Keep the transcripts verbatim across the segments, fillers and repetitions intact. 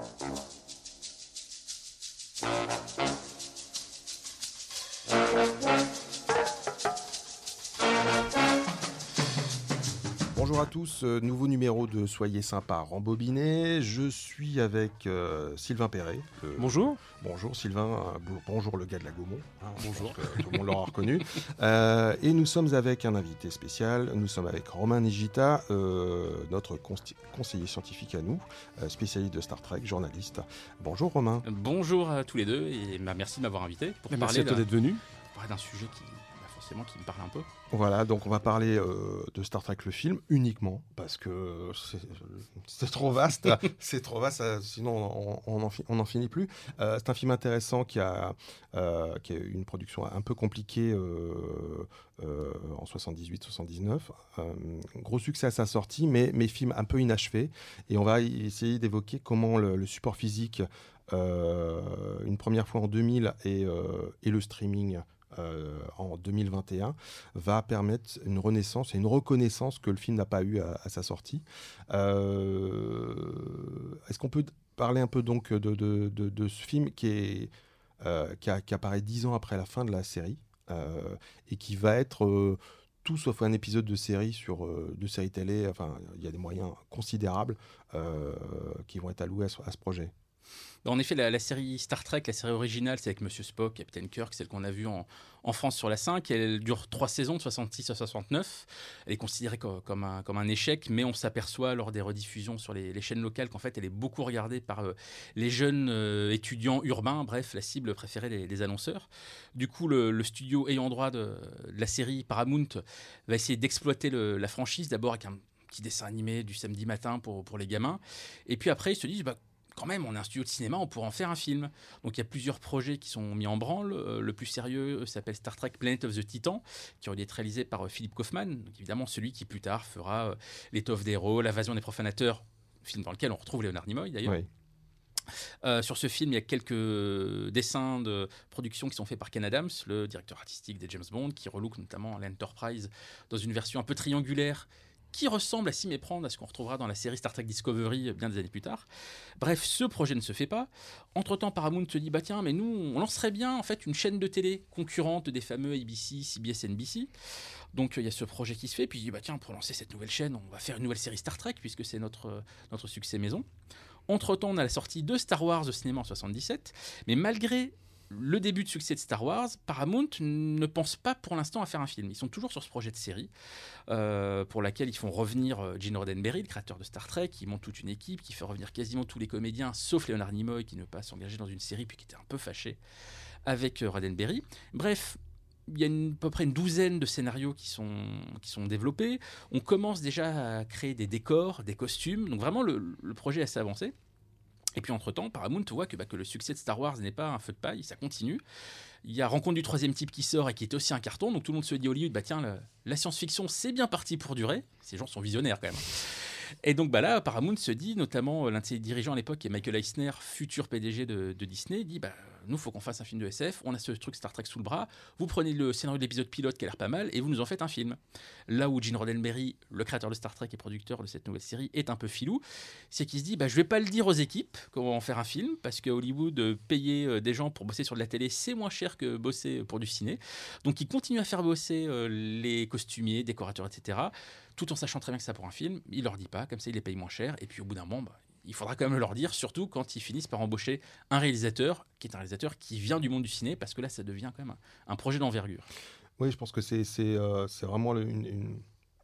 Bonjour à tous, euh, nouveau numéro de Soyez sympa rembobiné. Je suis avec euh, Sylvain Perret. Le... Bonjour. Bonjour Sylvain, euh, bo- bonjour le gars de la Gaumont. Hein, Bonjour. je pense que tout le monde l'aura reconnu. Euh, et nous sommes avec un invité spécial. Nous sommes avec Romain Nigita, euh, notre consti- conseiller scientifique à nous, euh, spécialiste de Star Trek, journaliste. Bonjour Romain. Bonjour à tous les deux et bah, merci de m'avoir invité pour Merci parler à toi d'un, d'être venu. parler d'un sujet qui, bah, forcément, qui me parle un peu. Voilà, donc on va parler euh, de Star Trek le film uniquement parce que c'est, c'est trop vaste, c'est trop vaste, ça, sinon on n'en on en finit plus. Euh, c'est un film intéressant qui a, euh, qui a eu une production un peu compliquée euh, euh, en soixante-dix-huit soixante-dix-neuf. Euh, gros succès à sa sortie, mais, mais film un peu inachevé. Et on va essayer d'évoquer comment le, le support physique, euh, une première fois en deux mille et, euh, et le streaming, Euh, en deux mille vingt et un, va permettre une renaissance et une reconnaissance que le film n'a pas eu à, à sa sortie. Euh, est-ce qu'on peut parler un peu donc de, de, de, de ce film qui, est, euh, qui, a, qui apparaît dix ans après la fin de la série euh, et qui va être euh, tout sauf un épisode de série sur euh, de série télé. Enfin, il y a des moyens considérables euh, qui vont être alloués à ce, à ce projet. En effet, la, la série Star Trek, la série originale, c'est avec Monsieur Spock, Captain Kirk, celle qu'on a vue en, en France sur la cinq. Elle dure trois saisons, de soixante-six à soixante-neuf. Elle est considérée co- comme un, comme un échec, mais on s'aperçoit lors des rediffusions sur les, les chaînes locales qu'en fait, elle est beaucoup regardée par euh, les jeunes euh, étudiants urbains, bref, la cible préférée des, des annonceurs. Du coup, le, le studio ayant droit de, de la série, Paramount, va essayer d'exploiter le- la franchise, d'abord avec un petit dessin animé du samedi matin pour, pour les gamins. Et puis après, ils se disent... Bah, quand même, on est un studio de cinéma, on pourrait en faire un film. Donc il y a plusieurs projets qui sont mis en branle. Euh, le plus sérieux euh, s'appelle Star Trek Planet of the Titan, qui aurait été réalisé par euh, Philip Kaufman, donc évidemment celui qui plus tard fera euh, L'étoffe des héros, L'invasion des profanateurs, film dans lequel on retrouve Leonard Nimoy d'ailleurs. Oui. Euh, sur ce film, il y a quelques dessins de production qui sont faits par Ken Adams, le directeur artistique des James Bond, qui relook notamment l'Enterprise dans une version un peu triangulaire, qui ressemble à s'y méprendre à ce qu'on retrouvera dans la série Star Trek Discovery bien des années plus tard. Bref, ce projet ne se fait pas. Entre-temps, Paramount se dit, bah tiens, mais nous, on lancerait bien en fait une chaîne de télé concurrente des fameux A B C, C B S, N B C. Donc il y a ce projet qui se fait, puis il dit, bah tiens, pour lancer cette nouvelle chaîne, on va faire une nouvelle série Star Trek, puisque c'est notre, notre succès maison. Entre-temps, on a la sortie de Star Wars au cinéma en soixante-dix-sept, mais malgré le début de succès de Star Wars, Paramount ne pense pas pour l'instant à faire un film. Ils sont toujours sur ce projet de série, euh, pour laquelle ils font revenir Gene Roddenberry, le créateur de Star Trek, qui monte toute une équipe, qui fait revenir quasiment tous les comédiens, sauf Leonard Nimoy, qui ne veut pas s'engager dans une série, puis qui était un peu fâché avec Roddenberry. Bref, il y a une, à peu près une douzaine de scénarios qui sont, qui sont développés. On commence déjà à créer des décors, des costumes. Donc vraiment, le, le projet est assez avancé. Et puis entre-temps, Paramount voit que, bah, que le succès de Star Wars n'est pas un feu de paille, ça continue. Il y a Rencontre du troisième type qui sort et qui est aussi un carton. Donc tout le monde se dit Hollywood, bah tiens, le, la science-fiction, c'est bien parti pour durer. Ces gens sont visionnaires quand même. Et donc bah là, Paramount se dit, notamment l'un de ses dirigeants à l'époque, qui est Michael Eisner, futur P D G de, de Disney, dit bah, nous, il faut qu'on fasse un film de S F, on a ce truc Star Trek sous le bras, vous prenez le scénario de l'épisode pilote qui a l'air pas mal, et vous nous en faites un film. Là où Gene Roddenberry, le créateur de Star Trek et producteur de cette nouvelle série, est un peu filou, c'est qu'il se dit, bah, je vais pas le dire aux équipes qu'on va en faire un film, parce qu'à Hollywood, euh, payer euh, des gens pour bosser sur de la télé, c'est moins cher que bosser pour du ciné. Donc il continue à faire bosser euh, les costumiers, décorateurs, et cetera, tout en sachant très bien que c'est pour un film. Il leur dit pas, comme ça il les paye moins cher, et puis au bout d'un moment, bah, il faudra quand même leur dire, surtout quand ils finissent par embaucher un réalisateur, qui est un réalisateur qui vient du monde du ciné, parce que là, ça devient quand même un, un projet d'envergure. Oui, je pense que c'est, c'est, euh, c'est vraiment une, une,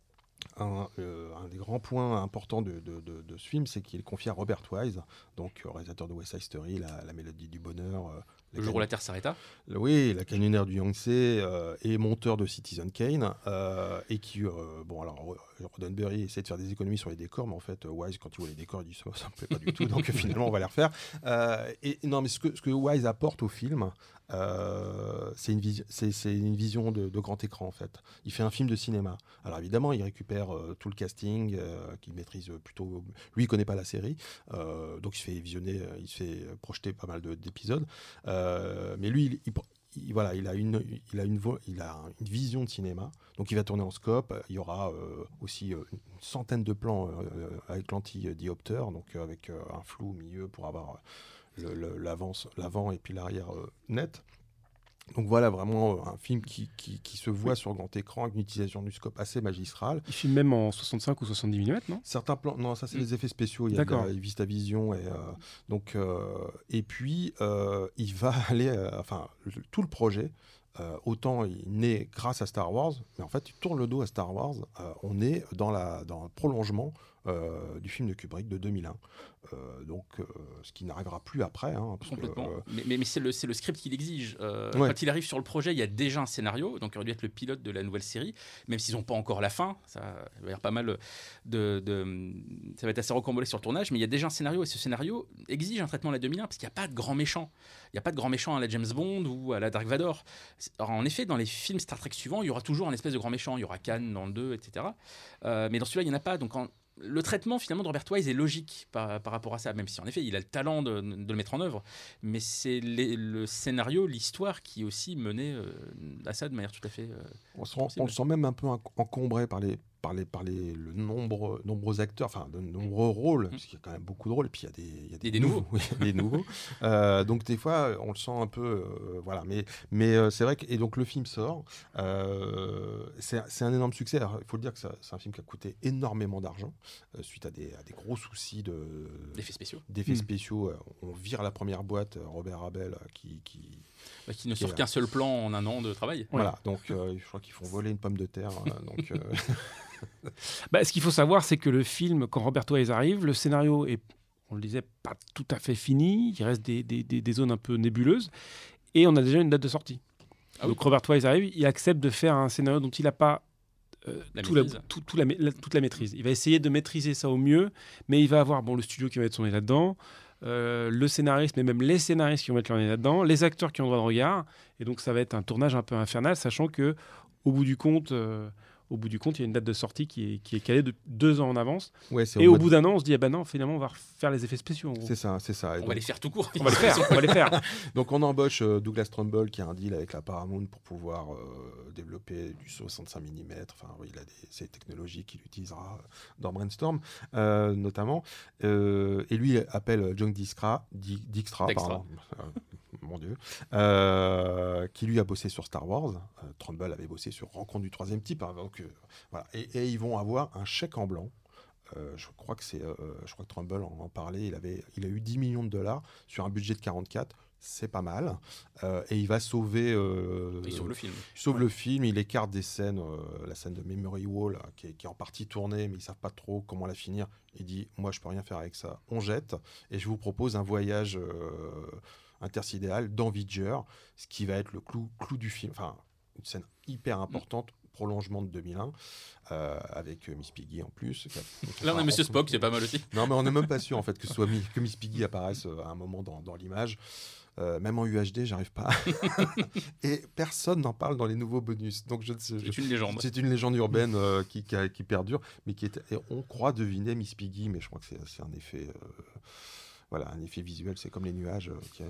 un, euh, un des grands points importants de, de, de, de ce film, c'est qu'il est confié à Robert Wise, donc euh, réalisateur de West Side Story, la, la Mélodie du bonheur. Euh, Le jour où la Terre s'arrêta. Oui, la canonnière du Yangtze euh, et monteur de Citizen Kane, euh, et qui, euh, bon alors, Roddenberry essaie de faire des économies sur les décors, mais en fait, Wise, quand il voit les décors, il dit ça, ça me plaît pas du tout, donc finalement, on va les refaire. Euh, et non, mais ce que, ce que Wise apporte au film, euh, c'est, une vision, c'est, c'est une vision de, de grand écran, en fait. Il fait un film de cinéma. Alors évidemment, il récupère euh, tout le casting, euh, qu'il maîtrise plutôt. Lui, il connaît pas la série, euh, donc il se fait visionner, il se fait projeter pas mal de, d'épisodes. Euh, mais lui, il, il, il, voilà, il a une, il a une, vo- il a une vision de cinéma. Donc il va tourner en scope. Il y aura euh, aussi euh, une centaine de plans euh, avec lentille diopteur, donc euh, avec euh, un flou au milieu pour avoir le, le- l'avance, l'avant et puis l'arrière euh, net. Donc voilà, vraiment euh, un film qui, qui, qui se voit Oui. sur grand écran avec une utilisation du scope assez magistrale. Il filme même en soixante-cinq ou soixante-dix millimètres, non? Certains plans, non, ça c'est Mm. les effets spéciaux. Il y a de D'accord. la VistaVision et euh, donc euh, et puis euh, il va aller, euh, enfin le- tout le projet. euh, autant il naît grâce à Star Wars, mais en fait il tourne le dos à Star Wars. euh, on est dans la dans le prolongement euh, du film de Kubrick de deux mille un. Euh, donc euh, ce qui n'arrivera plus après. Hein, parce que, Complètement. euh, Mais, mais, mais c'est le, c'est le script qui l'exige. Euh, Ouais. Quand il arrive sur le projet, il y a déjà un scénario, donc il aurait dû être le pilote de la nouvelle série, même s'ils n'ont pas encore la fin. Ça il va y avoir pas mal de, de- ça va être assez rocambolesque sur le tournage, mais il y a déjà un scénario, et ce scénario exige un traitement à la deux mille un, parce qu'il n'y a pas de grand méchant. Il n'y a pas de grand méchant à la James Bond ou à la Dark Vador. Alors, en effet, dans les films Star Trek suivants, il y aura toujours un espèce de grand méchant. Il y aura Khan dans le deux, et cetera. Euh, mais dans celui-là, il n'y en a pas. Donc, en- le traitement finalement de Robert Wise est logique par, par rapport à ça, même si en effet il a le talent de, de le mettre en œuvre, mais c'est les- le scénario, l'histoire qui aussi menait euh, à ça de manière tout à fait. euh, On, se rend- Possible. on le sent même un peu enc- encombré par les, par les, par les le nombre, nombreux acteurs, enfin de nombreux rôles, parce qu'il y a quand même beaucoup de rôles, et puis il y a des, il y a des, Et des nouveaux. Oui, il y a des nouveaux. Euh, donc des fois, on le sent un peu, euh, voilà. Mais, mais euh, c'est vrai que et donc le film sort. euh, c'est c'est un énorme succès. Alors, il faut le dire que ça- c'est un film qui a coûté énormément d'argent euh, suite à des, à des gros soucis de d'effets spéciaux, d'effets Mm. spéciaux. Euh, On vire la première boîte, euh, Robert Abel, euh, qui, qui bah, qui ne Qui sort est- qu'un seul plan en un an de travail. voilà. Donc euh, je crois qu'ils font voler une pomme de terre. euh, donc euh, Bah, ce qu'il faut savoir, c'est que le film, quand Robert Wise arrive, le scénario est, on le disait, pas tout à fait fini. Il reste des, des- des- des zones un peu nébuleuses. Et on a déjà une date de sortie. Ah Donc oui. Robert Wise arrive, il accepte de faire un scénario dont il n'a pas euh, La tout la- maîtrise. tout- tout la ma- la- toute la maîtrise. Il va essayer de maîtriser ça au mieux, mais il va avoir bon, le studio qui va être son nez là-dedans, euh, le scénariste, mais même les scénaristes qui vont mettre leur nez là-dedans, les acteurs qui ont droit de regard. Et donc ça va être un tournage un peu infernal, sachant que au bout du compte... euh, Au bout du compte, il y a une date de sortie qui est, qui est calée de deux ans en avance. ouais, c'est Et au au mois de- bout d'un an, on se dit, ah ben non, finalement, on va refaire les effets spéciaux. en gros. c'est ça, c'est ça. Et On donc, va les faire tout court. On va les faire, on va les faire. donc on embauche euh, Douglas Trumbull qui a un deal avec la Paramount pour pouvoir euh, développer du soixante-cinq millimètres. Enfin, oui, il a des, ces technologies qu'il utilisera dans Brainstorm euh, notamment. Euh, et lui appelle John Dijkstra, Di- Dijkstra, Dijkstra. pardon. Euh, mon Dieu, euh, qui lui a bossé sur Star Wars. Euh, Trumbull avait bossé sur Rencontre du troisième type. hein, donc, euh, voilà. et, et ils vont avoir un chèque en blanc. Euh, je crois que c'est, euh, je crois que Trumbull en, en parlait. Il avait, il a eu dix millions de dollars sur un budget de quarante-quatre. C'est pas mal. Euh, et il va sauver. euh, Il sauve le film. il sauve le film. Il écarte des scènes, euh, la scène de Memory Wall là, qui, est, qui est en partie tournée, mais ils savent pas trop comment la finir. Il dit, moi, je peux rien faire avec ça. On jette. Et je vous propose un voyage euh, intersidéral dans Voyager, ce qui va être le clou, clou du film. Enfin, une scène hyper importante. Prolongement de deux mille un euh, avec euh, Miss Piggy en plus. qui a- Là, on a Monsieur Spock, c'est pas mal aussi. Non, mais on n'est même pas sûr en fait que, ce soit Mi- que Miss Piggy apparaisse euh, à un moment dans, dans l'image. Euh, même en U H D, j'arrive pas. Et personne n'en parle dans les nouveaux bonus. Donc je ne sais. je- C'est une légende. C'est une légende urbaine euh, qui, qui, a- qui perdure, mais qui est. Et on croit deviner Miss Piggy, mais je crois que c'est c'est un effet. euh, Voilà, un effet visuel, c'est comme les nuages. euh, qui-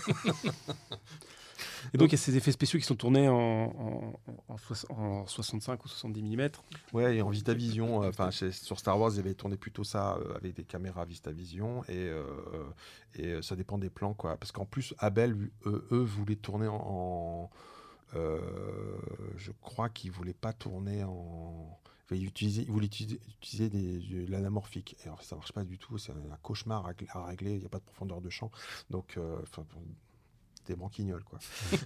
Et donc, il y a ces effets spéciaux qui sont tournés en, en, en, soix- en soixante-cinq ou soixante-dix millimètres. Ouais, et en VistaVision, euh, enfin chez- sur Star Wars, ils avaient tourné plutôt ça euh, avec des caméras VistaVision et euh, et euh, ça dépend des plans quoi. Parce qu'en plus, Abel, lui, eux, eux voulaient tourner en, en, euh, je crois qu'ils voulaient pas tourner en, enfin, ils utilisaient, ils voulaient utiliser, utiliser des, de l'anamorphique. Et alors, ça marche pas du tout, c'est un, un cauchemar à, régler- à régler. Il n'y a pas de profondeur de champ, donc euh, enfin. pour- des branquignoles quoi.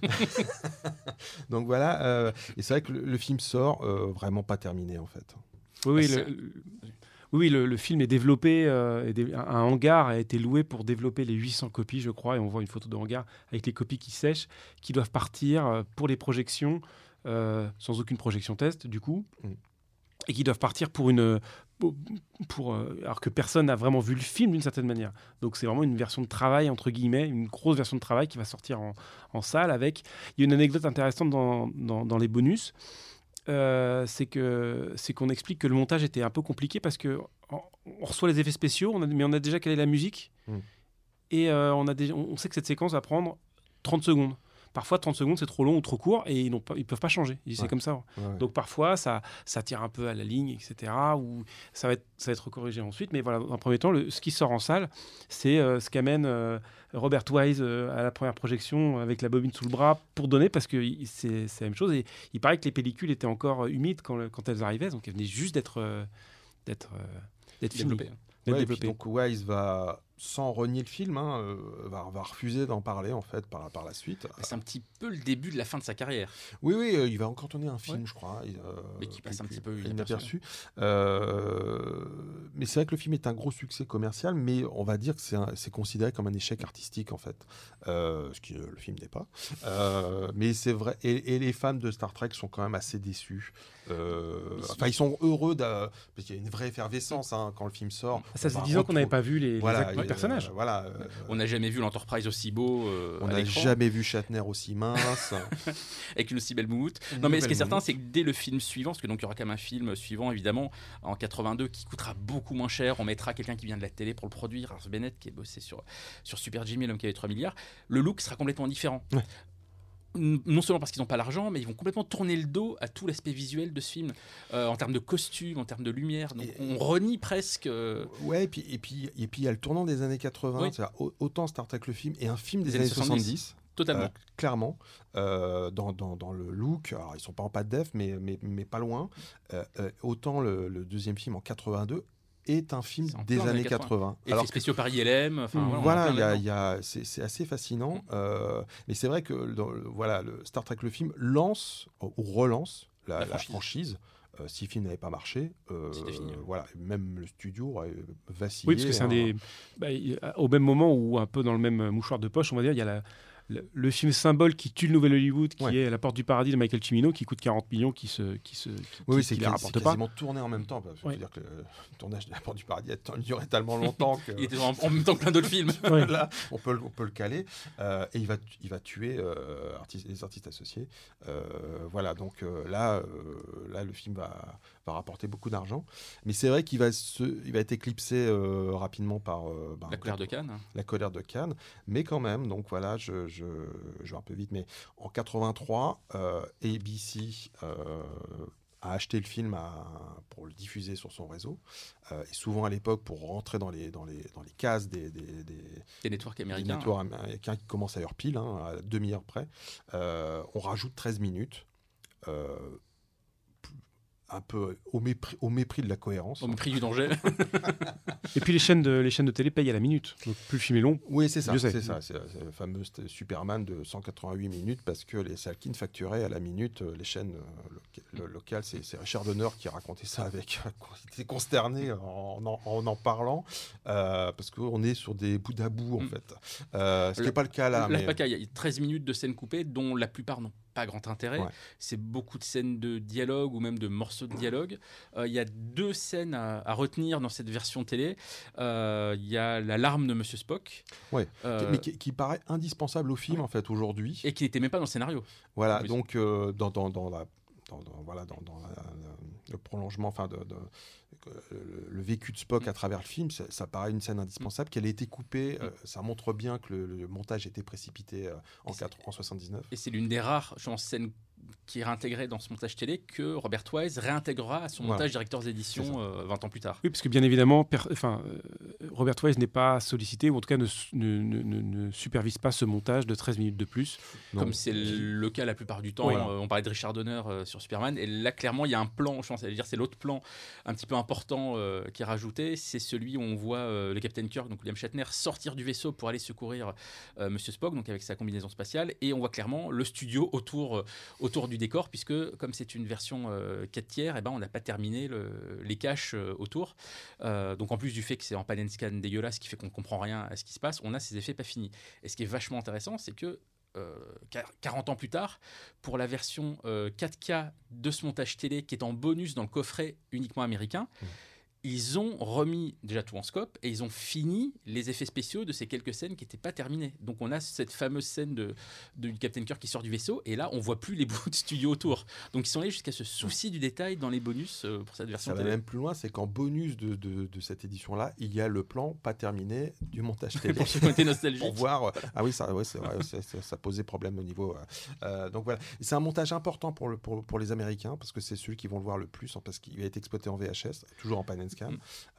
Donc voilà, euh, et c'est vrai que le, le film sort euh, vraiment pas terminé en fait. Oui, oui, Ah, le, le- oui, le, le film est développé. euh, et dé- un, un hangar a été loué pour développer les huit cents copies, je crois. Et on voit une photo de hangar avec les copies qui sèchent, qui doivent partir euh, pour les projections, euh, sans aucune projection test, du coup. Mm. Et qui doivent partir pour une. Pour, pour, euh, alors que personne n'a vraiment vu le film d'une certaine manière. Donc c'est vraiment une version de travail, entre guillemets, une grosse version de travail qui va sortir en, en salle avec. Il y a une anecdote intéressante dans, dans, dans les bonus. Euh, c'est que c'est qu'on explique que le montage était un peu compliqué parce que on, on reçoit les effets spéciaux, on a, mais on a déjà calé la musique Mm. et euh, on, a déjà, on sait que cette séquence va prendre trente secondes parfois trente secondes c'est trop long ou trop court et ils n'ont pas, ils peuvent pas changer. Ils disent, Ouais. c'est comme ça. Ouais, ouais. Donc parfois ça, ça tire un peu à la ligne, et cetera. Ou ça va être, ça va être corrigé ensuite. Mais voilà, dans un premier temps, le, ce qui sort en salle, c'est euh, ce qu'amène euh, Robert Wise euh, à la première projection avec la bobine sous le bras pour donner, parce que il- c'est, c'est la même chose. Et il paraît que les pellicules étaient encore euh, humides quand, le- quand elles arrivaient, donc elles venaient juste d'être, euh, d'être, euh, d'être finies, Développé. d'être Ouais, et puis développées. donc Wise va, sans renier le film, hein, euh, va, va refuser d'en parler en fait par, par la suite. C'est un petit peu le début de la fin de sa carrière. Oui, oui, euh, il va encore tourner un film, Ouais. je crois. il, euh, Mais qui passe plus- un petit plus- peu inaperçu. Euh, mais c'est vrai que le film est un gros succès commercial, mais on va dire que c'est, un- c'est considéré comme un échec artistique en fait, euh, ce que le film n'est pas. Euh, mais c'est vrai, et, et les fans de Star Trek sont quand même assez déçus. Euh, enfin, ils sont heureux d'a- parce qu'il y a une vraie effervescence hein, quand le film sort. Ça On faisait va dix ans qu'on n'avait retrouver- pas vu les, les Voilà, actes- les euh, personnages. voilà. euh, On n'a jamais vu l'Enterprise aussi beau euh, on à n'a l'écran, jamais vu Shatner aussi mince. avec une aussi belle moumoute. Une Non, mais ce nouvelle qui est certain, moumoute. c'est que dès le film suivant, parce que donc il y aura quand même un film suivant, évidemment, en quatre-vingt-deux, qui coûtera beaucoup moins cher. On mettra quelqu'un qui vient de la télé pour le produire, Ars Bennett, qui est bossé sur, sur Super Jimmy, l'homme qui avait trois milliards. Le look sera complètement différent. Ouais. N- Non seulement parce qu'ils n'ont pas l'argent, mais ils vont complètement tourner le dos à tout l'aspect visuel de ce film, euh, en termes de costumes, en termes de lumière. Donc Et- on renie presque. euh, Ouais, et puis et puis et puis il y a le tournant des années quatre-vingts, Oui. c'est-à-dire au- autant Star Trek le film et un film des, Des années années soixante-dix. soixante-dix. Totalement. Euh, clairement, euh, dans, dans, dans le look, alors ils sont pas en pâte def, mais, mais, mais pas loin. Euh, euh, autant le, le deuxième film en quatre-vingt-deux est un film C'est en des plein dans les années quatre-vingts. Effets Alors que- spéciaux par I L M. Enfin, Mmh. voilà, on est en voilà, plein il y a, là-dedans. il y a- c'est, c'est assez fascinant. Euh, mais c'est vrai que dans le- voilà, le Star Trek le film lance ou relance la, La la franchise. franchise. Euh, si le film n'avait pas marché, euh, C'était fini, ouais. voilà, même le studio aurait vacillé. Oui, parce que c'est un hein. des. Bah, il- au même moment ou un peu dans le même mouchoir de poche, on va dire, il y a la, le, le film symbole qui tue le nouvel Hollywood, qui Ouais. est La Porte du Paradis de Michael Cimino, qui coûte quarante millions, qui se, qui se, qui, Oui, qui- c'est, qui les quasi- rapporte c'est pas. quasiment tourné en même temps. Parce que Ouais. je veux dire que le tournage de La Porte du Paradis a t- duré tellement longtemps que Il était en, en même temps que plein d'autres films. Ouais. là, on peut, le- on peut le caler. Euh, et il va, il va tuer euh, artistes- les artistes associés. Euh, voilà, donc euh, là, euh, là, le film va, va rapporter beaucoup d'argent. Mais c'est vrai qu'il va, se, il va être éclipsé euh, rapidement par euh, bah, La colère de Cannes. la colère de Cannes. Mais quand même, donc voilà, je, je, je vais un peu vite, mais en quatre-vingt-trois, euh, A B C euh, a acheté le film à- pour le diffuser sur son réseau. Euh, et souvent à l'époque, pour rentrer dans les, dans les, dans les cases des, des, des, Des networks des américains. networks américains qui commencent à heure pile, hein, à demi-heure près, euh, on rajoute treize minutes. Euh, un peu au mépris, au mépris de la cohérence. Au mépris du danger. Et puis les chaînes, de, les chaînes de télé payent à la minute. Donc plus le film est long. Oui, c'est ça, Mieux c'est. c'est ça. C'est c'est le fameux st- Superman de cent quatre-vingt-huit minutes parce que les Salkind facturaient à la minute euh, les chaînes euh, loca- le- locales. C'est c'est Richard Donner qui racontait ça avec. Il était consterné en en, en, en parlant euh, parce qu'on est sur des bouts à bout en Mm. fait. Euh, ce qui Le- n'est pas le cas là. Là, mais... pas qu'à- il y a treize minutes de scènes coupées, dont la plupart n'ont pas grand intérêt. Ouais. C'est beaucoup de scènes de dialogue ou même de morceaux de dialogue. Euh, Il y a deux scènes à, à retenir dans cette version télé. Euh, Il y a l'alarme de Monsieur Spock. Ouais. Euh, mais qui, qui paraît indispensable au film Ouais. en fait aujourd'hui. et qui n'était même pas dans le scénario. Voilà, Oui. donc euh, dans, dans, dans la, dans, dans- voilà, dans, dans la- la- le prolongement, enfin, de, de- le, le vécu de Spock Mm. à travers le film, ça, ça paraît une scène indispensable, qu'elle ait été coupée. Mm. euh, ça montre bien que le, le montage était précipité euh, en, Et c'est- quatre- en soixante-dix-neuf. Et c'est l'une des rares je pense, scènes qui est réintégrée dans ce montage télé que Robert Wise réintégrera à son Voilà. montage directeurs C'est d'édition ça. euh, vingt ans plus tard. Oui, parce que bien évidemment, per- enfin, euh, Robert Wise n'est pas sollicité, ou en tout cas ne, s- ne, ne- ne- ne supervise pas ce montage de treize minutes de plus. Non. Comme c'est le cas la plupart du temps. Oui. Euh, on parlait de Richard Donner euh, sur Superman, et là clairement il y a un plan, je pense, c'est-à-dire c'est l'autre plan un petit peu important euh, qui est rajouté, c'est celui où on voit euh, le Captain Kirk, donc William Shatner, sortir du vaisseau pour aller secourir euh, Monsieur Spock, donc avec sa combinaison spatiale, et on voit clairement le studio autour, euh, autour du décor, puisque comme c'est une version euh, quatre tiers, eh ben, on n'a pas terminé le- les caches euh, autour. Euh, donc en plus du fait que c'est en pan and scan dégueulasse, qui fait qu'on ne comprend rien à ce qui se passe, on a ces effets pas finis. Et ce qui est vachement intéressant, c'est que euh, quarante ans plus tard, pour la version euh, quatre K de ce montage télé qui est en bonus dans le coffret uniquement américain, Mmh. ils ont remis déjà tout en scope et ils ont fini les effets spéciaux de ces quelques scènes qui n'étaient pas terminées. Donc on a cette fameuse scène de, de du Captain Kirk qui sort du vaisseau et là on voit plus les bouts de studio autour. Donc ils sont allés jusqu'à ce souci du détail dans les bonus euh, pour cette version Ça va télé. même plus loin, c'est qu'en bonus de, de, de cette édition-là, il y a le plan pas terminé du montage télé. Pour ceux qui ont été nostalgiques. Pour voir, euh, ah oui, ça, ouais, c'est vrai, c'est, c'est, ça posait problème au niveau. Euh, euh, donc voilà, et c'est un montage important pour, le, pour, pour les Américains parce que c'est ceux qui vont le voir le plus, hein, parce qu'il va être exploité en V H S, toujours en pan and scan. Mm.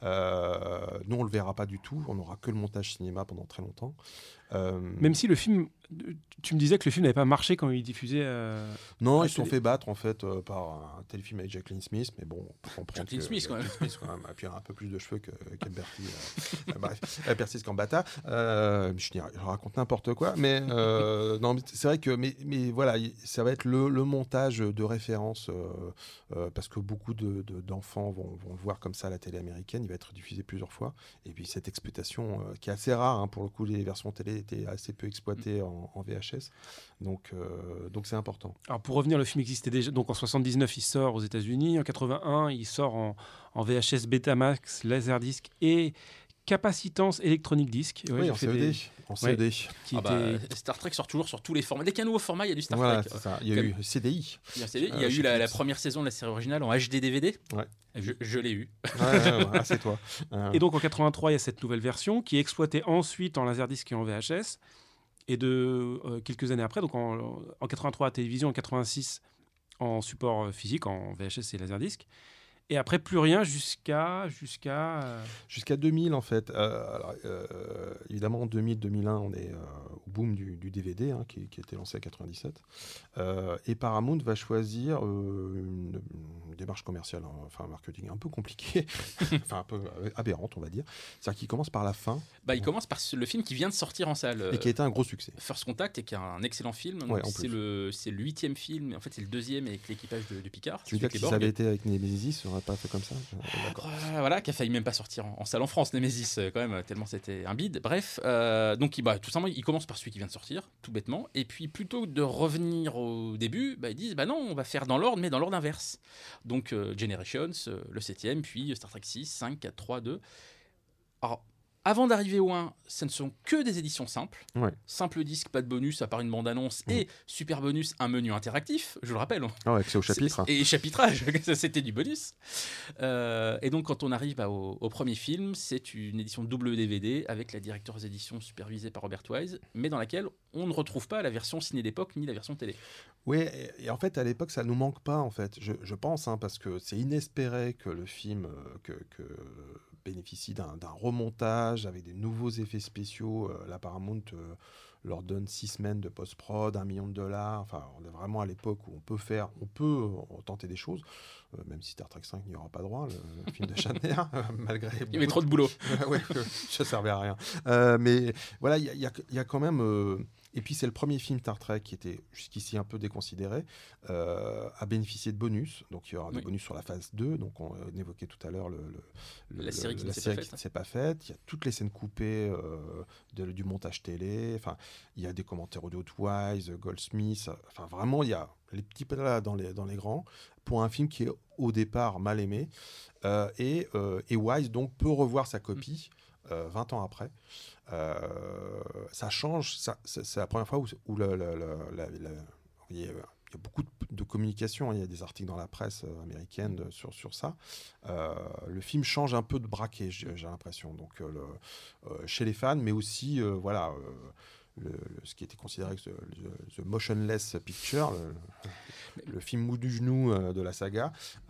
Euh, nous, on le verra pas du tout, on n'aura que le montage cinéma pendant très longtemps. Euh... Même si le film, tu me disais que le film n'avait pas marché quand il diffusait. Euh... Non, ils se sont fait battre en fait euh, par un téléfilm avec Jacqueline Smith, mais bon, on comprend Jacqueline que, Smith quand même. Smith, quand même. Et puis un peu plus de cheveux que, que Bertie. Euh, bref, elle persiste qu'en bâtard. Euh, je, je raconte n'importe quoi, mais euh, non, c'est vrai que, mais, mais voilà, ça va être le, le montage de référence euh, euh, parce que beaucoup de, de, d'enfants vont, vont le voir comme ça à la télé américaine. Il va être diffusé plusieurs fois, et puis cette exploitation euh, qui est assez rare hein, pour le coup, les versions télé étaient assez peu exploitées en, en V H S, donc euh, donc c'est important. Alors pour revenir, le film existait déjà, donc en soixante-dix-neuf il sort aux États-Unis, en quatre-vingt-un il sort en, en V H S, Betamax, Laserdisc et capacitance électronique disque. Ouais, oui, en C E D. Des... En C E D. Ouais, qui ah était... bah, Star Trek sort toujours sur tous les formats. Dès qu'il y a un nouveau format, il y a du Star voilà, Trek. C'est ça. Il y a Comme... eu C D I. Il y a, C D I. Il y a euh, eu la, la première saison de la série originale en H D D V D. Ouais. Je, je l'ai eu. Ouais, ouais, ouais. Ah, c'est toi. Euh... Et donc en quatre-vingt-trois, il y a cette nouvelle version qui est exploitée ensuite en Laserdisc et en V H S. Et de euh, quelques années après, donc en, en quatre-vingt-trois à télévision, en quatre-vingt-six en support physique, en V H S et Laserdisc. Et après, plus rien jusqu'à... Jusqu'à, euh... jusqu'à deux mille, en fait. Euh, alors, euh, évidemment, en deux mille deux mille un, on est euh, au boom du, du D V D, hein, qui, qui a été lancé en quatre-vingt-dix-sept. Euh, et Paramount va choisir euh, une, une démarche commerciale, hein, enfin, marketing un peu compliquée, enfin, un peu aberrante, on va dire. C'est-à-dire qu'il commence par la fin. Bah, il bon. commence par le film qui vient de sortir en salle. Et qui a été un gros succès. First Contact, et qui est un excellent film. Ouais, c'est, le, c'est le huitième film, en fait, c'est le deuxième avec l'équipage de, de Picard. Tu veux dire que si ça avait été avec Nemesis, on n'aurait pas fait comme ça. Euh, voilà, qui a failli même pas sortir en, en salle en France, Nemesis, euh, quand même, tellement c'était un bide. Bref, euh, donc bah, tout simplement, il commence par celui qui vient de sortir, tout bêtement, et puis plutôt de revenir au début, bah, ils disent bah non, on va faire dans l'ordre, mais dans l'ordre inverse. Donc euh, Generations, euh, le septième, puis Star Trek six, cinq, quatre, trois, deux. Alors, avant d'arriver au un, ce ne sont que des éditions simples. Ouais. Simple disque, pas de bonus, à part une bande-annonce. Mmh. Et super bonus, un menu interactif, je le rappelle. Ah ouais, accès au chapitre. Et chapitrage, c'était du bonus. Euh, et donc, quand on arrive bah, au, au premier film, c'est une édition double D V D avec la Director's Edition supervisée par Robert Wise, mais dans laquelle on ne retrouve pas la version ciné d'époque ni la version télé. Oui, et, et en fait, à l'époque, ça nous manque pas, en fait. Je, je pense, hein, parce que c'est inespéré que le film... Euh, que, que bénéficie d'un, d'un remontage avec des nouveaux effets spéciaux. Euh, la Paramount euh, leur donne six semaines de post-prod, un million de dollars. Enfin, on est vraiment à l'époque où on peut faire, on peut euh, tenter des choses, euh, même si Star Trek cinq n'y aura pas droit, le, le film de Shatner, malgré... Il y avait trop de boulot. Oui, ça servait à rien. Euh, mais voilà, il y, y, y a quand même... Euh, et puis c'est le premier film Star Trek qui était jusqu'ici un peu déconsidéré, euh, à bénéficier de bonus. Donc il y aura oui. des bonus sur la phase deux. Donc on, on évoquait tout à l'heure le, le, la le, série qui, la ne, série s'est qui ne s'est pas faite. Il y a toutes les scènes coupées euh, de, du montage télé. Enfin, il y a des commentaires audio de Wise, Goldsmith. Enfin vraiment, il y a les petits plats dans les, dans les grands pour un film qui est au départ mal aimé. Euh, et, euh, et Wise donc peut revoir sa copie mmh. euh, vingt ans après. Euh, ça change, ça, c'est, c'est la première fois où, où le, le, le, la, la, il y a beaucoup de, de communication, hein, il y a des articles dans la presse euh, américaine de, sur, sur ça. Euh, le film change un peu de braquet, j'ai, j'ai l'impression, donc, euh, le, euh, chez les fans, mais aussi euh, voilà, euh, le, le, ce qui était considéré the, the, the motionless picture, le, le film mou du genou euh, de la saga,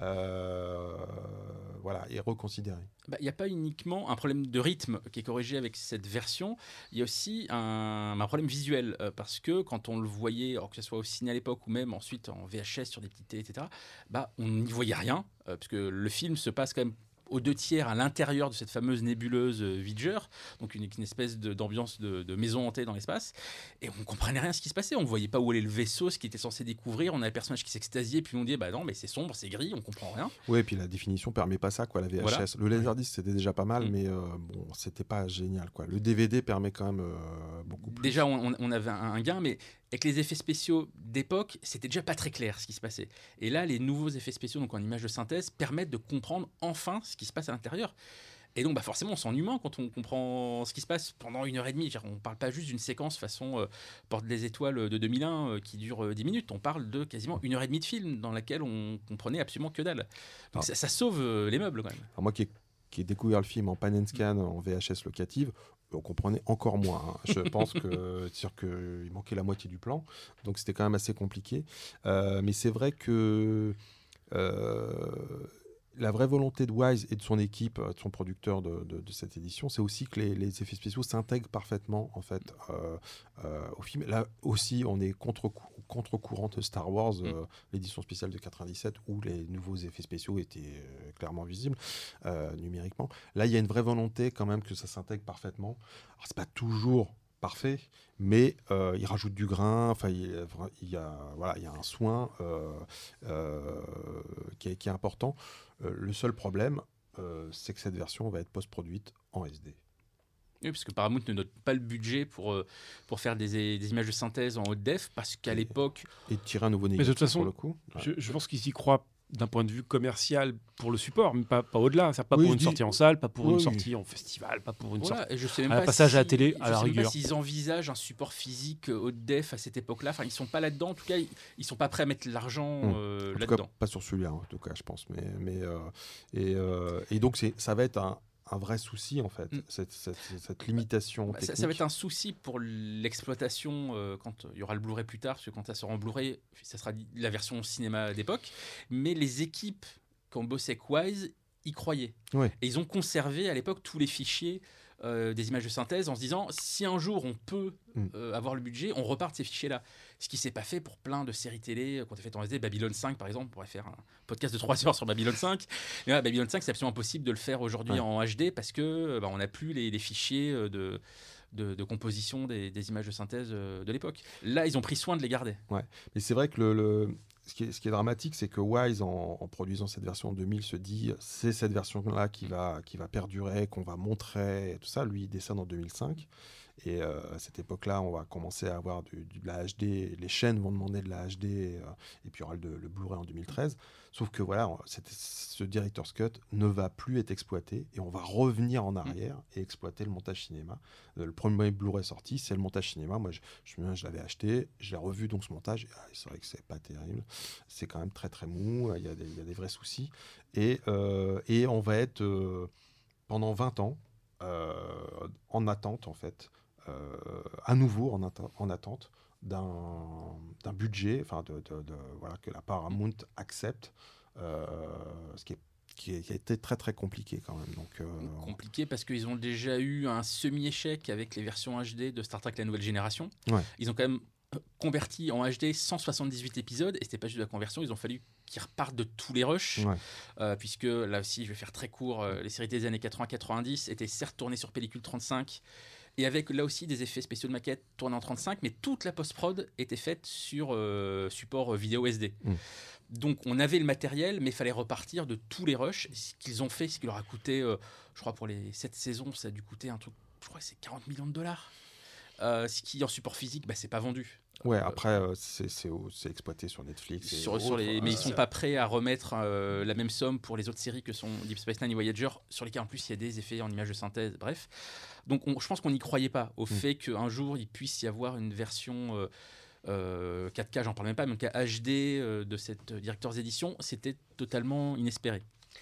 euh, voilà, est reconsidéré. Il n'y a pas uniquement un problème de rythme qui est corrigé avec cette version, il y a aussi un, un problème visuel, euh, parce que quand on le voyait, alors que ce soit au ciné à l'époque ou même ensuite en V H S sur des petites télés, et cetera, bah, on n'y voyait rien, euh, parce que le film se passe quand même aux deux tiers à l'intérieur de cette fameuse nébuleuse euh, Vidger, donc une, une espèce de, d'ambiance de, de maison hantée dans l'espace, et on ne comprenait rien à ce qui se passait, on ne voyait pas où allait le vaisseau, ce qu'il était censé découvrir, on a le personnage qui s'extasiait, puis on dit bah non mais c'est sombre, c'est gris, on ne comprend rien. Oui, et puis la définition ne permet pas ça, quoi, la V H S. Voilà. Le Laserdisc c'était déjà pas mal, mmh. mais euh, bon, c'était pas génial, quoi. Le D V D permet quand même, euh, beaucoup plus. Déjà, on, on avait un, un gain, mais avec les effets spéciaux d'époque, c'était déjà pas très clair ce qui se passait. Et là, les nouveaux effets spéciaux, donc en images de synthèse, permettent de comprendre enfin ce qui se passe à l'intérieur. Et donc, bah forcément, on s'ennuie moins quand on comprend ce qui se passe pendant une heure et demie. On ne parle pas juste d'une séquence façon euh, Porte des Étoiles de deux mille un euh, qui dure euh, dix minutes. On parle de quasiment une heure et demie de film dans laquelle on comprenait absolument que dalle. Donc, ah. ça, ça sauve euh, les meubles quand même. Alors moi qui ai, qui ai découvert le film en pan and scan, en V H S locative, on comprenait encore moins. Hein. Je pense que c'est-à-dire qu'il manquait la moitié du plan. Donc c'était quand même assez compliqué. Euh, mais c'est vrai que... Euh, la vraie volonté de Wise et de son équipe, de son producteur de, de, de cette édition, c'est aussi que les, les effets spéciaux s'intègrent parfaitement en fait euh, euh, au film. Là aussi, on est contre contre-courant de Star Wars, mm. euh, l'édition spéciale de quatre-vingt-dix-sept, où les nouveaux effets spéciaux étaient euh, clairement visibles euh, numériquement. Là, il y a une vraie volonté quand même que ça s'intègre parfaitement. Alors, c'est pas toujours parfait, mais euh, il rajoute du grain. Enfin, il, il y a voilà, il y a un soin euh, euh, qui, est, qui est important. Euh, le seul problème, euh, c'est que cette version va être post-produite en S D. Oui, parce que Paramount ne note pas le budget pour, euh, pour faire des, des images de synthèse en haute def, parce qu'à et, l'époque... Et tirer un nouveau négatif, mais de toute façon, pour le coup. Je, je pense qu'ils y croient d'un point de vue commercial pour le support, mais pas, pas au-delà. C'est pas oui, pour une dis... sortie en salle, pas pour oui, une oui. sortie en festival, pas pour une voilà, sortie... Et je sais même un pas passage si, à la télé, à je la sais rigueur. même pas s'ils envisagent un support physique haute def à cette époque-là. Enfin, ils sont pas là-dedans. En tout cas, ils, ils sont pas prêts à mettre l'argent mmh. euh, en là-dedans. Tout cas, pas sur celui-là, en tout cas, je pense. Mais, mais, euh, et, euh, et donc, c'est, ça va être un... un vrai souci en fait, mm. cette, cette, cette limitation bah, technique. Ça, ça va être un souci pour l'exploitation euh, quand il y aura le Blu-ray plus tard, parce que quand ça sera en Blu-ray, ça sera la version cinéma d'époque. Mais les équipes qui ont bossé avec Wise y croyaient. Ouais. Et ils ont conservé à l'époque tous les fichiers euh, des images de synthèse en se disant si un jour on peut mm. euh, avoir le budget, on repart de ces fichiers-là. Ce qui s'est pas fait pour plein de séries télé qu'on a fait en S D. Babylone cinq par exemple, on pourrait faire un podcast de trois heures sur Babylone cinq. Mais ouais, Babylone cinq, c'est absolument impossible de le faire aujourd'hui ouais. en H D parce que bah, on n'a plus les, les fichiers de, de, de composition des, des images de synthèse de l'époque. Là, ils ont pris soin de les garder. Ouais, mais c'est vrai que le, le... Ce, qui est, ce qui est dramatique, c'est que Wise, en, en produisant cette version deux mille, se dit c'est cette version-là qui va, qui va perdurer, qu'on va montrer, et tout ça. Lui, il décède en deux mille cinq. Et euh, à cette époque-là, on va commencer à avoir du, du, de la H D. Les chaînes vont demander de la H D. Euh, et puis, il y aura le, le Blu-ray en deux mille treize. Sauf que voilà, ce Director's Cut ne va plus être exploité. Et on va revenir en arrière et exploiter le montage cinéma. Euh, le premier Blu-ray sorti, c'est le montage cinéma. Moi, je, je, je l'avais acheté. J'ai revu donc ce montage. Et, ah, c'est vrai que c'est pas terrible. C'est quand même très, très mou. Il y a des, il y a des vrais soucis. Et, euh, et on va être euh, pendant vingt ans euh, en attente, en fait. Euh, à nouveau en, atta- en attente d'un, d'un budget, enfin de, de, de voilà que la Paramount accepte, euh, ce qui est qui a été très très compliqué quand même. Donc, euh... compliqué parce qu'ils ont déjà eu un semi-échec avec les versions H D de Star Trek La Nouvelle Génération. Ouais. Ils ont quand même converti en H D cent soixante-dix-huit épisodes et c'était pas juste de la conversion, ils ont fallu qu'ils repartent de tous les rushs ouais. euh, puisque là aussi je vais faire très court, euh, les séries des années quatre-vingts quatre-vingt-dix étaient certes tournées sur pellicule trente-cinq et avec là aussi des effets spéciaux de maquette tournés en trente-cinq, mais toute la post-prod était faite sur euh, support vidéo S D. Mm. Donc on avait le matériel, mais il fallait repartir de tous les rushs. Ce qu'ils ont fait, ce qui leur a coûté, euh, je crois pour les sept saisons, ça a dû coûter un truc, je crois que c'est quarante millions de dollars. Euh, ce qui en support physique, bah, c'est pas vendu. Ouais, euh, après euh, c'est, c'est, c'est exploité sur Netflix. Et sur, autres, sur les, mais euh, ils sont pas prêts à remettre euh, la même somme pour les autres séries que sont Deep Space Nine et Voyager, sur lesquelles en plus il y a des effets en images de synthèse. Bref, donc on, je pense qu'on n'y croyait pas au mmh. fait qu'un jour il puisse y avoir une version euh, euh, quatre K, j'en parle même pas, mais H D euh, de cette Director's Edition, c'était totalement inespéré.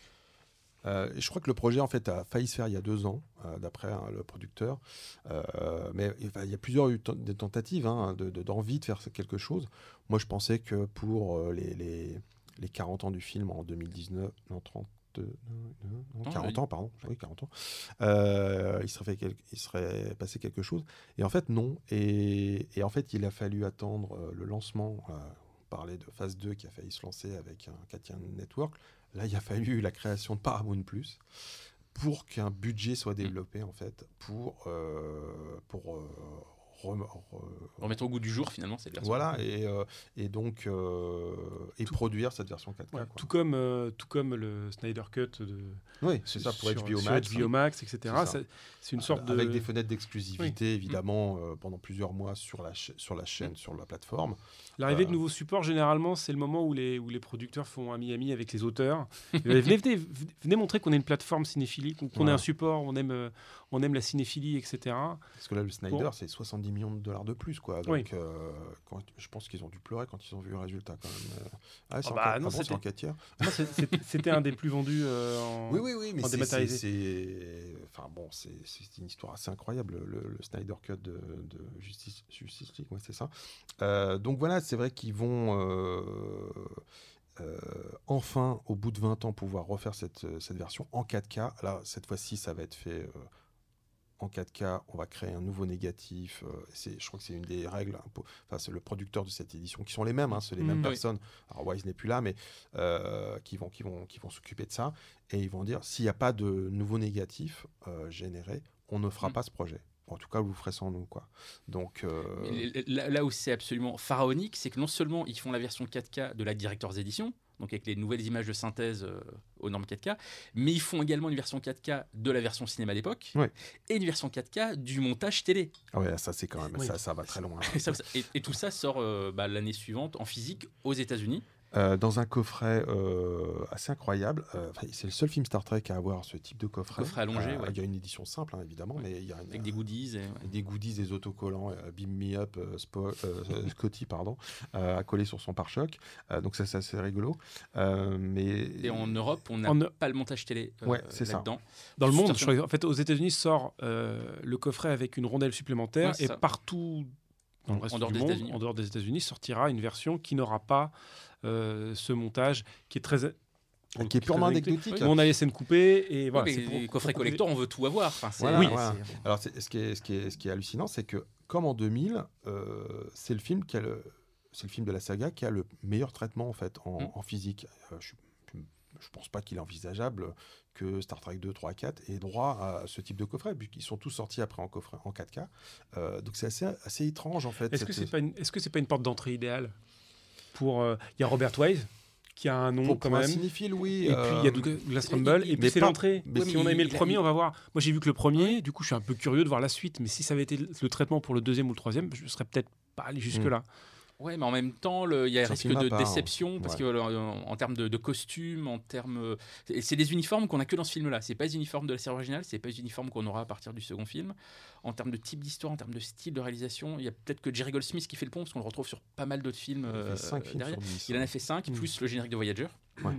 Euh, je crois que le projet en fait a failli se faire il y a deux ans, euh, d'après hein, le producteur. Euh, mais il y a plusieurs des tentatives hein, de, de, d'envie de faire quelque chose. Moi, je pensais que pour euh, les, les, les quarante ans du film en deux mille dix-neuf, non trente, non, non, quarante ans, pardon, oui, quarante ans, euh, il, serait fait quel, il serait passé quelque chose. Et en fait, non. Et, et en fait, il a fallu attendre euh, le lancement. Euh, on parlait de phase deux qui a failli se lancer avec un Katyan Network. Là, il a fallu la création de Paramount Plus pour qu'un budget soit développé, en fait, pour, euh, pour euh, Rem- re- Remettre au goût du jour, finalement, cette version. Voilà, et, euh, et donc euh, et Tout- produire cette version quatre K. Ouais, quoi. tout, comme, euh, tout comme le Snyder Cut de, Oui, c'est ça pour sur, H B O sur Max. H B O Max, et cetera. C'est ça. Ça- C'est une sorte de... Avec des fenêtres d'exclusivité, évidemment, euh, pendant plusieurs mois sur la, cha- sur la chaîne, sur la plateforme. L'arrivée Euh, de nouveaux supports, généralement, c'est le moment où les, où les producteurs font ami-ami avec les auteurs. venez, venez, venez montrer qu'on est une plateforme cinéphilie, qu'on qu'on Ouais. est un support, on aime, euh, on aime la cinéphilie, et cetera. Parce que là, le Snyder, Bon. c'est soixante-dix millions de dollars de plus, quoi. Donc, Oui. euh, quand, je pense qu'ils ont dû pleurer quand ils ont vu le résultat, quand même. Euh, Ah, c'est Ah en, bah, quatre- non, ah bon, c'est c'était- en quatre tiers. Moi, c'est- c'est- c'était un des plus vendus euh, en... Oui, oui, oui, mais en c'est, c'est, dématérialisé. c'est- enfin bon, c'est, c'est une histoire assez incroyable, le, le Snyder Cut de, de Justice, Justice League, ouais, c'est ça. Euh, donc voilà, c'est vrai qu'ils vont euh, euh, enfin, au bout de vingt ans, pouvoir refaire cette, cette version en quatre K. Là, cette fois-ci, ça va être fait euh, en quatre K. On va créer un nouveau négatif. Euh, c'est, je crois que c'est une des règles. un peu- Enfin, c'est le producteur de cette édition qui sont les mêmes, hein, c'est les Mmh, mêmes oui. personnes. Alors Wise n'est plus là, mais euh, qui vont, qui vont, qui vont s'occuper de ça. Et ils vont dire, s'il n'y a pas de nouveau négatif euh, généré, on ne fera Mm. pas ce projet. En tout cas, vous ferez sans nous, quoi. Donc, euh, Mais Là, là où c'est absolument pharaonique, c'est que non seulement ils font la version quatre K de la Director's Edition, donc avec les nouvelles images de synthèse euh, aux normes quatre K, mais ils font également une version quatre K de la version cinéma d'époque Ouais. et une version quatre K du montage télé. ah ouais, ça c'est quand même, Oui. ça, ça va très loin. Et, ça- et- et tout ça sort euh, bah, l'année suivante en physique aux États-Unis. Euh, dans un coffret euh, assez incroyable. Euh, enfin, c'est le seul film Star Trek à avoir ce type de coffret. Coffret allongé, Euh, ouais. Il y a une édition simple, hein, évidemment, mais il y a une- Avec des goodies. Et, ouais. des goodies, des autocollants, euh, Beam Me Up, euh, Spo- euh, Scotty, pardon, euh, à coller sur son pare-choc. Euh, donc ça, c'est assez rigolo. Euh, mais Et en Europe, on n'a En- pas le montage télé euh, Ouais, c'est ça. là-dedans. Dans le monde, Certains- je crois que, en fait, aux États-Unis sort euh, le coffret avec une rondelle supplémentaire Ouais, c'est et ça. partout dans le reste En dehors du des monde, États-Unis. en dehors des États-Unis, sortira une version qui n'aura pas euh, ce montage qui est très pour le qui est coup, purement très anecdotique. Où on a les scènes coupées et voilà. Oui, c'est mais pour- les coffrets pour- collector, on veut tout avoir. Enfin, c'est- Voilà, oui, voilà. c'est- Alors, c'est- ce, qui est, ce, qui est, ce qui est hallucinant, c'est que, comme en deux mille, euh, c'est le film qui a le, c'est le film de la saga qui a le meilleur traitement en fait en, Mm. en physique. Euh, je je pense pas qu'il est envisageable que Star Trek deux, trois, quatre ait droit à ce type de coffret, puisqu'ils sont tous sortis après en coffret en quatre K. Euh, donc c'est assez, assez étrange en fait. Est-ce que cette- c'est pas une, est-ce que c'est pas une porte d'entrée idéale pour euh, il y a Robert Wise qui a un nom pour, quand pour un même. cinéphile, oui. Et puis il y a euh, Douglas Trumbull, et mais puis c'est pas- l'entrée. mais Si si on a aimé le il a- premier, il- on va voir. Moi j'ai vu que le premier, du coup je suis un peu curieux de voir la suite, mais si ça avait été le traitement pour le deuxième ou le troisième, je serais peut-être pas allé jusque-là. Ouais, mais en même temps, le- il y a un C'est un risque film à de part, déception parce ouais. que euh, en, en termes de, de costumes, en termes, euh, c'est c'est des uniformes qu'on a que dans ce film-là. C'est pas les uniformes de la série originale, c'est pas les uniformes qu'on aura à partir du second film. En termes de type d'histoire, en termes de style de réalisation, il y a peut-être que Jerry Goldsmith qui fait le pont parce qu'on le retrouve sur pas mal d'autres films il a euh, fait cinq films derrière. sur dix. Il en a fait cinq Mm. plus le générique de Voyager. Ouais.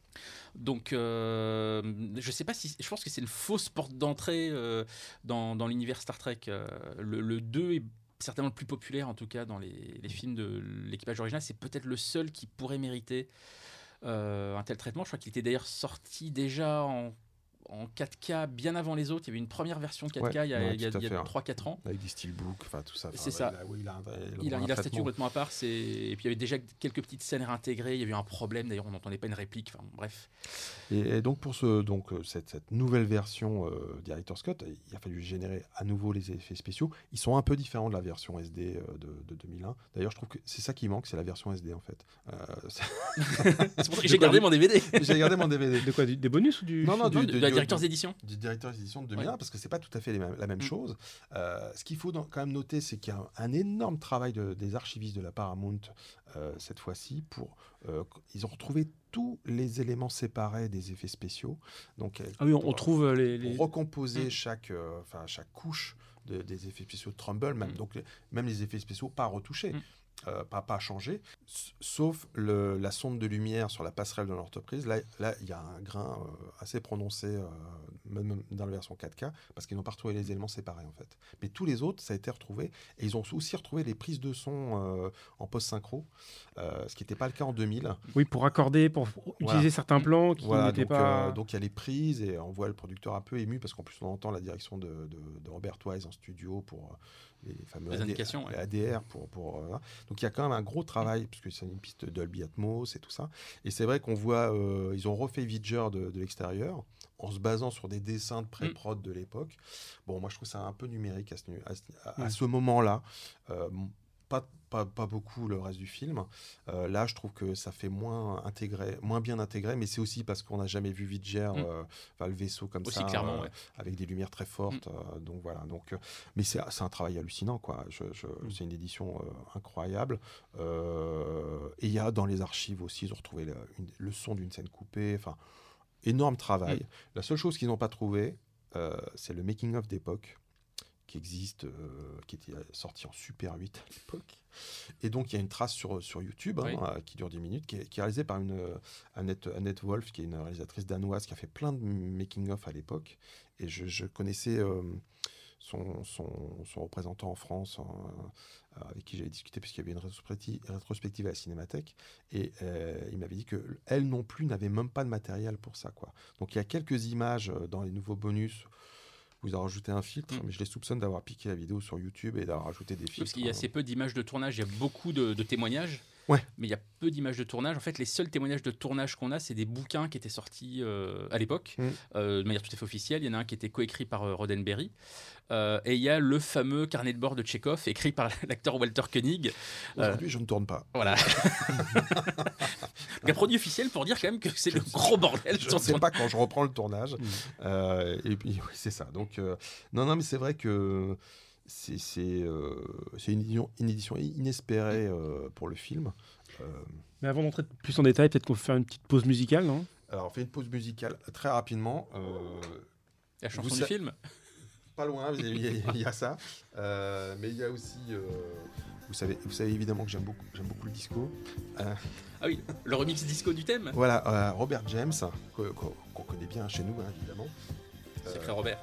Donc, euh, je sais pas si. Je pense que c'est une fausse porte d'entrée euh, dans, dans l'univers Star Trek. Euh, le, le deux est certainement le plus populaire, en tout cas, dans les, les films de l'équipage original. C'est peut-être le seul qui pourrait mériter euh, un tel traitement. Je crois qu'il était d'ailleurs sorti déjà en, en quatre K bien avant les autres. Il y avait une première version quatre K Ouais, il y a, ouais, il y a- tout à il y a fait, hein. trois quatre ans. Avec des steelbooks, enfin tout ça. Enfin, C'est ça. Il a, oui, il a un, vrai- Il a, un il a un statut traitement. complètement à part. c'est- Et puis il y avait déjà quelques petites scènes réintégrées. Il y avait eu un problème. D'ailleurs, on n'entendait pas une réplique. Enfin, bref. Et, et donc pour ce, donc, euh, cette, cette nouvelle version euh, Director's Cut, il a fallu générer à nouveau les effets spéciaux. Ils sont un peu différents de la version S D euh, de, de deux mille un. D'ailleurs, je trouve que c'est ça qui manque, c'est la version S D en fait. Euh, c'est- C'est pour ça que j'ai gardé mon D V D. J'ai gardé mon D V D. De quoi du- Des bonus ou du Non, non, Non, du, de, du- de la du- Director's du- Edition. du Director's Edition de deux mille un, Ouais. parce que c'est pas tout à fait les mêmes- la même Mm. chose. Euh, ce qu'il faut dans- quand même noter, c'est qu'il y a un, un énorme travail de- des archivistes de la Paramount euh, cette fois-ci. Pour, euh, ils ont retrouvé tous les éléments séparés des effets spéciaux. Donc, euh, Ah oui, on, pour- on trouve euh, les, les- pour recomposer Mm. chaque, euh, enfin, chaque couche de- des effets spéciaux de Trumbull, même, Mm. donc, les- même les effets spéciaux pas retouchés, Mm. euh, pas, pas changés, s- sauf le- la sonde de lumière sur la passerelle de l'entreprise. Là, là, il y a un grain euh, assez prononcé, euh, même dans la version quatre K, parce qu'ils n'ont pas retrouvé les éléments séparés, en fait. Mais tous les autres, ça a été retrouvé. Et ils ont aussi retrouvé les prises de son euh, en post-synchro, euh, ce qui n'était pas le cas en deux mille. Oui, pour accorder, pour utiliser certains plans qui Voilà, n'étaient donc, pas. euh, donc il y a les prises et on voit le producteur un peu ému parce qu'en plus on entend la direction de, de, de Robert Wise en studio pour euh, les fameux Les indications, ouais. A D R. Pour, pour, euh, donc il y a quand même un gros travail, puisque c'est une piste Dolby Atmos et tout ça. Et c'est vrai qu'on voit, euh, ils ont refait Vidger de, de l'extérieur, en se basant sur des dessins de pré-prod mm. de l'époque. Bon, moi je trouve ça un peu numérique à ce, à ce, à, à ce moment-là. Euh, Pas, pas, pas beaucoup le reste du film. Euh, là, je trouve que ça fait moins intégré, moins bien intégré, mais c'est aussi parce qu'on n'a jamais vu Vidger, mm. euh, le vaisseau comme aussi ça, clairement, euh, ouais. avec des lumières très fortes. Mm. Euh, donc voilà. Donc, euh, mais c'est, c'est un travail hallucinant, quoi. Je, je, mm. C'est une édition euh, incroyable. Euh, et il y a dans les archives aussi, ils ont retrouvé le, une, le son d'une scène coupée. Enfin, énorme travail. Mm. La seule chose qu'ils n'ont pas trouvé, euh, c'est le making-of d'époque, qui existe, euh, qui était sorti en Super huit à l'époque. Et donc, il y a une trace sur, sur YouTube, hein, oui. euh, qui dure dix minutes, qui est, qui est réalisée par une, euh, Annette, Annette Wolf, qui est une réalisatrice danoise, qui a fait plein de making-of à l'époque. Et je, je connaissais euh, son, son, son représentant en France, euh, avec qui j'avais discuté, puisqu'il y avait une rétrospective, rétrospective à la Cinémathèque. Et euh, il m'avait dit qu'elle non plus n'avait même pas de matériel pour ça, quoi. Donc, il y a quelques images dans les nouveaux bonus. Vous avez rajouté un filtre, mmh. mais je les soupçonne d'avoir piqué la vidéo sur YouTube et d'avoir rajouté des filtres. Parce qu'il y a assez peu d'images de tournage, il y a beaucoup de, de témoignages, ouais. mais il y a peu d'images de tournage. En fait, les seuls témoignages de tournage qu'on a, c'est des bouquins qui étaient sortis euh, à l'époque, mmh. euh, de manière tout à fait officielle. Il y en a un qui était coécrit par euh, Roddenberry. Euh, et il y a le fameux carnet de bord de Tchekhov, écrit par l'acteur Walter Koenig. Aujourd'hui, euh, je ne tourne pas. Voilà. Un produit officiel pour dire quand même que c'est je le gros bordel. Je ne sais pas quand je reprends le tournage. Mmh. Euh, et puis, oui, c'est ça. Donc, euh, non, non, mais c'est vrai que c'est, c'est, euh, c'est une, édition, une édition inespérée euh, pour le film. Euh, mais avant d'entrer plus en détail, peut-être qu'on peut faire une petite pause musicale, non ? Alors, on fait une pause musicale très rapidement. Euh, La chanson du sa- film Pas loin, il y, a, il y a ça. Euh, mais il y a aussi... Euh, Vous savez, vous savez évidemment que j'aime beaucoup, j'aime beaucoup le disco. Euh, ah oui, le remix disco du thème. Voilà, euh, Robert James, qu'on, qu'on connaît bien chez nous, hein, évidemment. Sacré euh, Robert.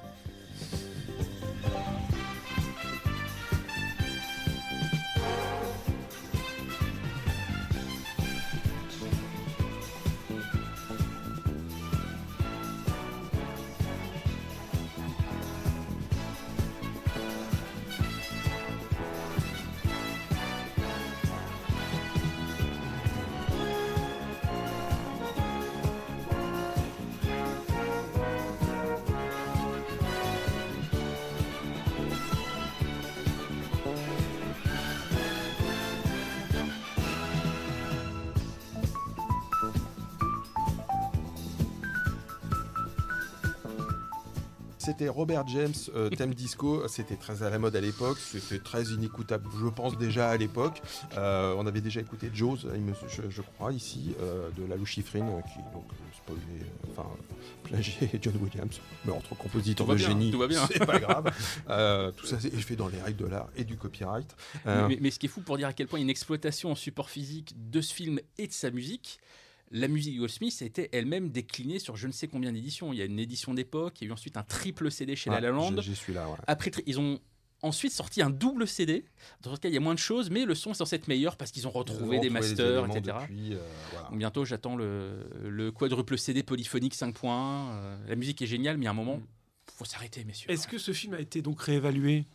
C'était Robert James, euh, thème disco. C'était très à la mode à l'époque. C'était très inécoutable, je pense, déjà à l'époque. Euh, on avait déjà écouté Jaws, je, je crois, ici, euh, de Lalo Schifrin, qui donc spoilé, euh, enfin, plagié John Williams. Mais entre compositeurs de bien, génie, tout va bien. C'est pas grave. Euh, tout ça, c'est fait dans les règles de l'art et du copyright. Euh, mais, mais ce qui est fou pour dire à quel point il y a une exploitation en support physique de ce film et de sa musique. La musique de Goldsmith a été elle-même déclinée sur je ne sais combien d'éditions. Il y a une édition d'époque, il y a eu ensuite un triple C D chez ouais, La La Land. J'y suis là, ouais. Après, ils ont ensuite sorti un double C D. Dans ce cas, il y a moins de choses, mais le son est censé être meilleur parce qu'ils ont retrouvé des masters, et cetera. Depuis, euh, voilà. Donc, bientôt, j'attends le, le quadruple C D polyphonique cinq points. Euh, la musique est géniale, mais il y a un moment, il faut s'arrêter, messieurs. Est-ce que ce film a été donc réévalué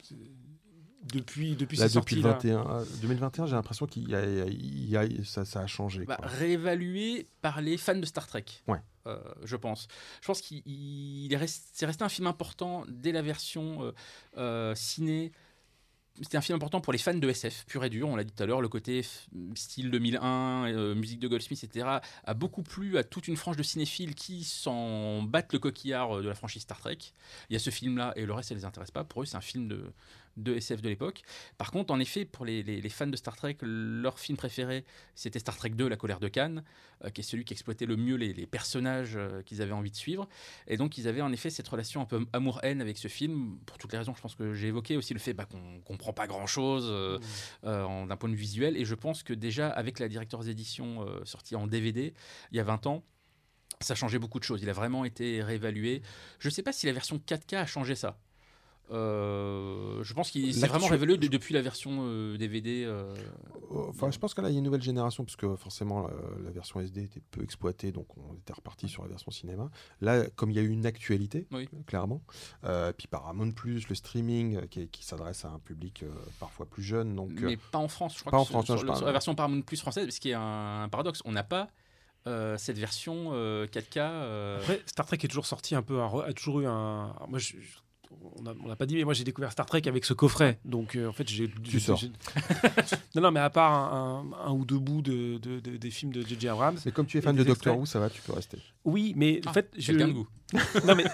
Depuis, depuis là, ses depuis sorties, vingt et un, là. deux mille vingt et un, j'ai l'impression qu'il y a, il y a, ça, ça a changé. Bah, quoi. Réévalué par les fans de Star Trek, ouais. euh, je pense. Je pense qu'il il est resté, c'est resté un film important dès la version euh, euh, ciné. C'était un film important pour les fans de S F, pur et dur, on l'a dit tout à l'heure, le côté f- style deux mille un, euh, musique de Goldsmith, et cetera, a beaucoup plu à toute une frange de cinéphiles qui s'en battent le coquillard de la franchise Star Trek. Il y a ce film-là et le reste, ça ne les intéresse pas. Pour eux, c'est un film de, de S F de l'époque. Par contre, en effet, pour les, les, les fans de Star Trek, leur film préféré, c'était Star Trek deux, La colère de Khan, euh, qui est celui qui exploitait le mieux les, les personnages euh, qu'ils avaient envie de suivre. Et donc, ils avaient en effet cette relation un peu amour-haine avec ce film, pour toutes les raisons, je pense que j'ai évoqué, aussi le fait bah, qu'on comprend pas grand-chose euh, mmh. euh, d'un point de vue visuel. Et je pense que déjà, avec la Director's Edition euh, sortie en D V D, il y a vingt ans, ça changeait beaucoup de choses. Il a vraiment été réévalué. Je ne sais pas si la version quatre K a changé ça. Euh, je pense qu'il s'est L'actu- vraiment révélé de- depuis la version euh, D V D. euh, Enfin, je pense que là, il y a une nouvelle génération, parce que forcément, la, la version S D était peu exploitée, donc on était reparti sur la version cinéma. Là, comme il y a eu une actualité, Oui. clairement, euh, puis Paramount+, le streaming, euh, qui, qui s'adresse à un public euh, parfois plus jeune. Donc, mais pas en France. Je crois pas que en sur- France, non, sur, je le- parle- sur la version Paramount Plus française, ce qui est un, un paradoxe. On n'a pas euh, cette version euh, quatre K. euh, Après, Star Trek est toujours sorti un peu, un re- a toujours eu un. alors moi, je- je- on n'a on n'a pas dit, mais moi j'ai découvert Star Trek avec ce coffret. Donc euh, en fait, j'ai. Tu j'ai- sors. j'ai- non, non, mais à part un, un- un ou deux bouts de, de- de- des films de J J Abrams. mais comme tu es Et fan des de Doctor extraits. Who, ça va, tu peux rester. Oui, mais ah, en fait, je. quelqu'un de goût. Non, mais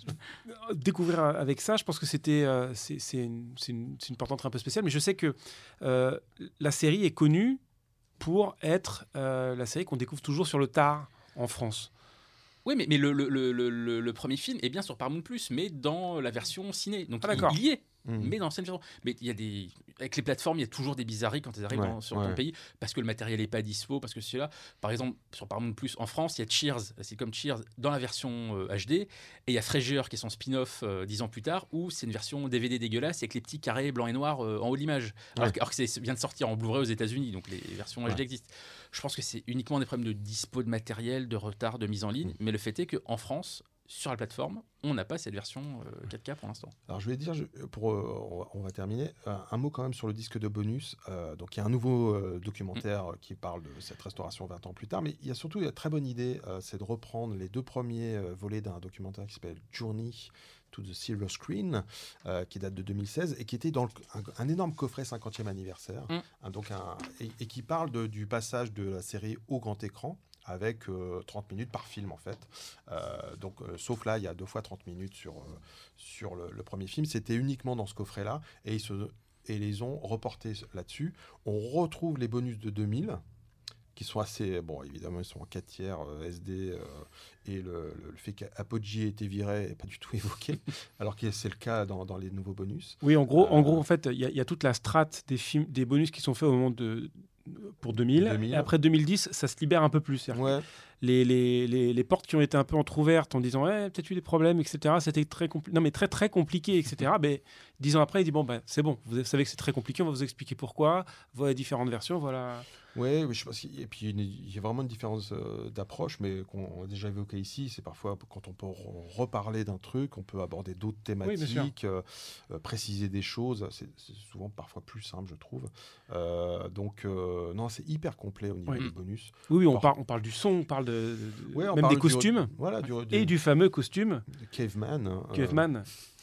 découvrir avec ça, je pense que c'était euh, c'est c'est une, c'est une, c'est une porte d'entrée un peu spéciale. Mais je sais que euh, la série est connue pour être euh, la série qu'on découvre toujours sur le tard en France. Oui, mais, mais le, le, le, le, le premier film est bien sur Paramount Plus, mais dans la version ciné. Donc Ah, d'accord. il, il y est. Mhm. Mais dans l'ancienne version. Mais il y a des. Avec les plateformes, il y a toujours des bizarreries quand elles arrivent Ouais, dans- sur ouais. ton pays, parce que le matériel n'est pas dispo, parce que c'est là. Par exemple, sur Paramount Plus en France, il y a Cheers, c'est comme Cheers dans la version euh, H D, et il y a Frasier qui est son spin-off euh, dix ans plus tard, où c'est une version D V D dégueulasse avec les petits carrés blancs et noirs euh, en haut de l'image. Alors, Ouais. que- alors que c'est vient de sortir en Blu-ray aux États-Unis, donc les versions H D Ouais. existent. Je pense que c'est uniquement des problèmes de dispo de matériel, de retard, de mise en ligne, Mm. mais le fait est qu'en France, sur la plateforme, on n'a pas cette version euh, quatre K pour l'instant. Alors je vais dire, je- pour, euh, on, va, on va terminer, un, un mot quand même sur le disque de bonus. Euh, donc il y a un nouveau euh, documentaire euh, qui parle de cette restauration vingt ans plus tard, mais il y a surtout une très bonne idée, euh, c'est de reprendre les deux premiers euh, volets d'un documentaire qui s'appelle Journey to the Silver Screen, euh, qui date de deux mille seize et qui était dans le- un, un énorme coffret cinquantième anniversaire, Mm. hein, donc un, et, et qui parle de- du passage de la série au grand écran, avec euh, trente minutes par film en fait. Euh, donc, euh, sauf là, il y a deux fois trente minutes sur, euh, sur le, le premier film. C'était uniquement dans ce coffret-là et ils, se, et ils les ont reportés là-dessus. On retrouve les bonus de deux mille qui sont assez... Bon, évidemment, ils sont en quatre tiers euh, S D euh, et le, le, le fait qu'Apogee ait été viré n'est pas du tout évoqué, alors que c'est le cas dans, dans les nouveaux bonus. Oui, en gros, Euh, en gros, en fait, il y, a- il y a toute la strate des films, des bonus qui sont faits au moment de pour deux mille, deux mille. et après deux mille dix, ça se libère un peu plus. C'est-à-dire Ouais, les, les, les, les portes qui ont été un peu entrouvertes en disant ouais, peut-être eu des problèmes, et cetera. C'était très compli- non mais très très compliqué, et cetera. Mais dix ans après, il dit bon ben c'est bon, vous savez que c'est très compliqué, on va vous expliquer pourquoi, voilà les différentes versions, voilà. ouais, oui, je pense qu'il- et puis il y a une- il y a vraiment une différence euh, d'approche, mais qu'on a déjà évoqué ici. C'est parfois quand on peut re- reparler d'un truc, on peut aborder d'autres Oui, bien sûr. thématiques, euh, euh, préciser des choses. C'est c'est souvent parfois plus simple, je trouve. Euh, donc euh, non, c'est hyper complet au niveau Oui. des bonus. Oui, oui, on Par- parle, on parle du son, on parle de, de- Ouais, on même parle des du- costumes voilà, du, et du fameux costume du caveman. euh, Caveman.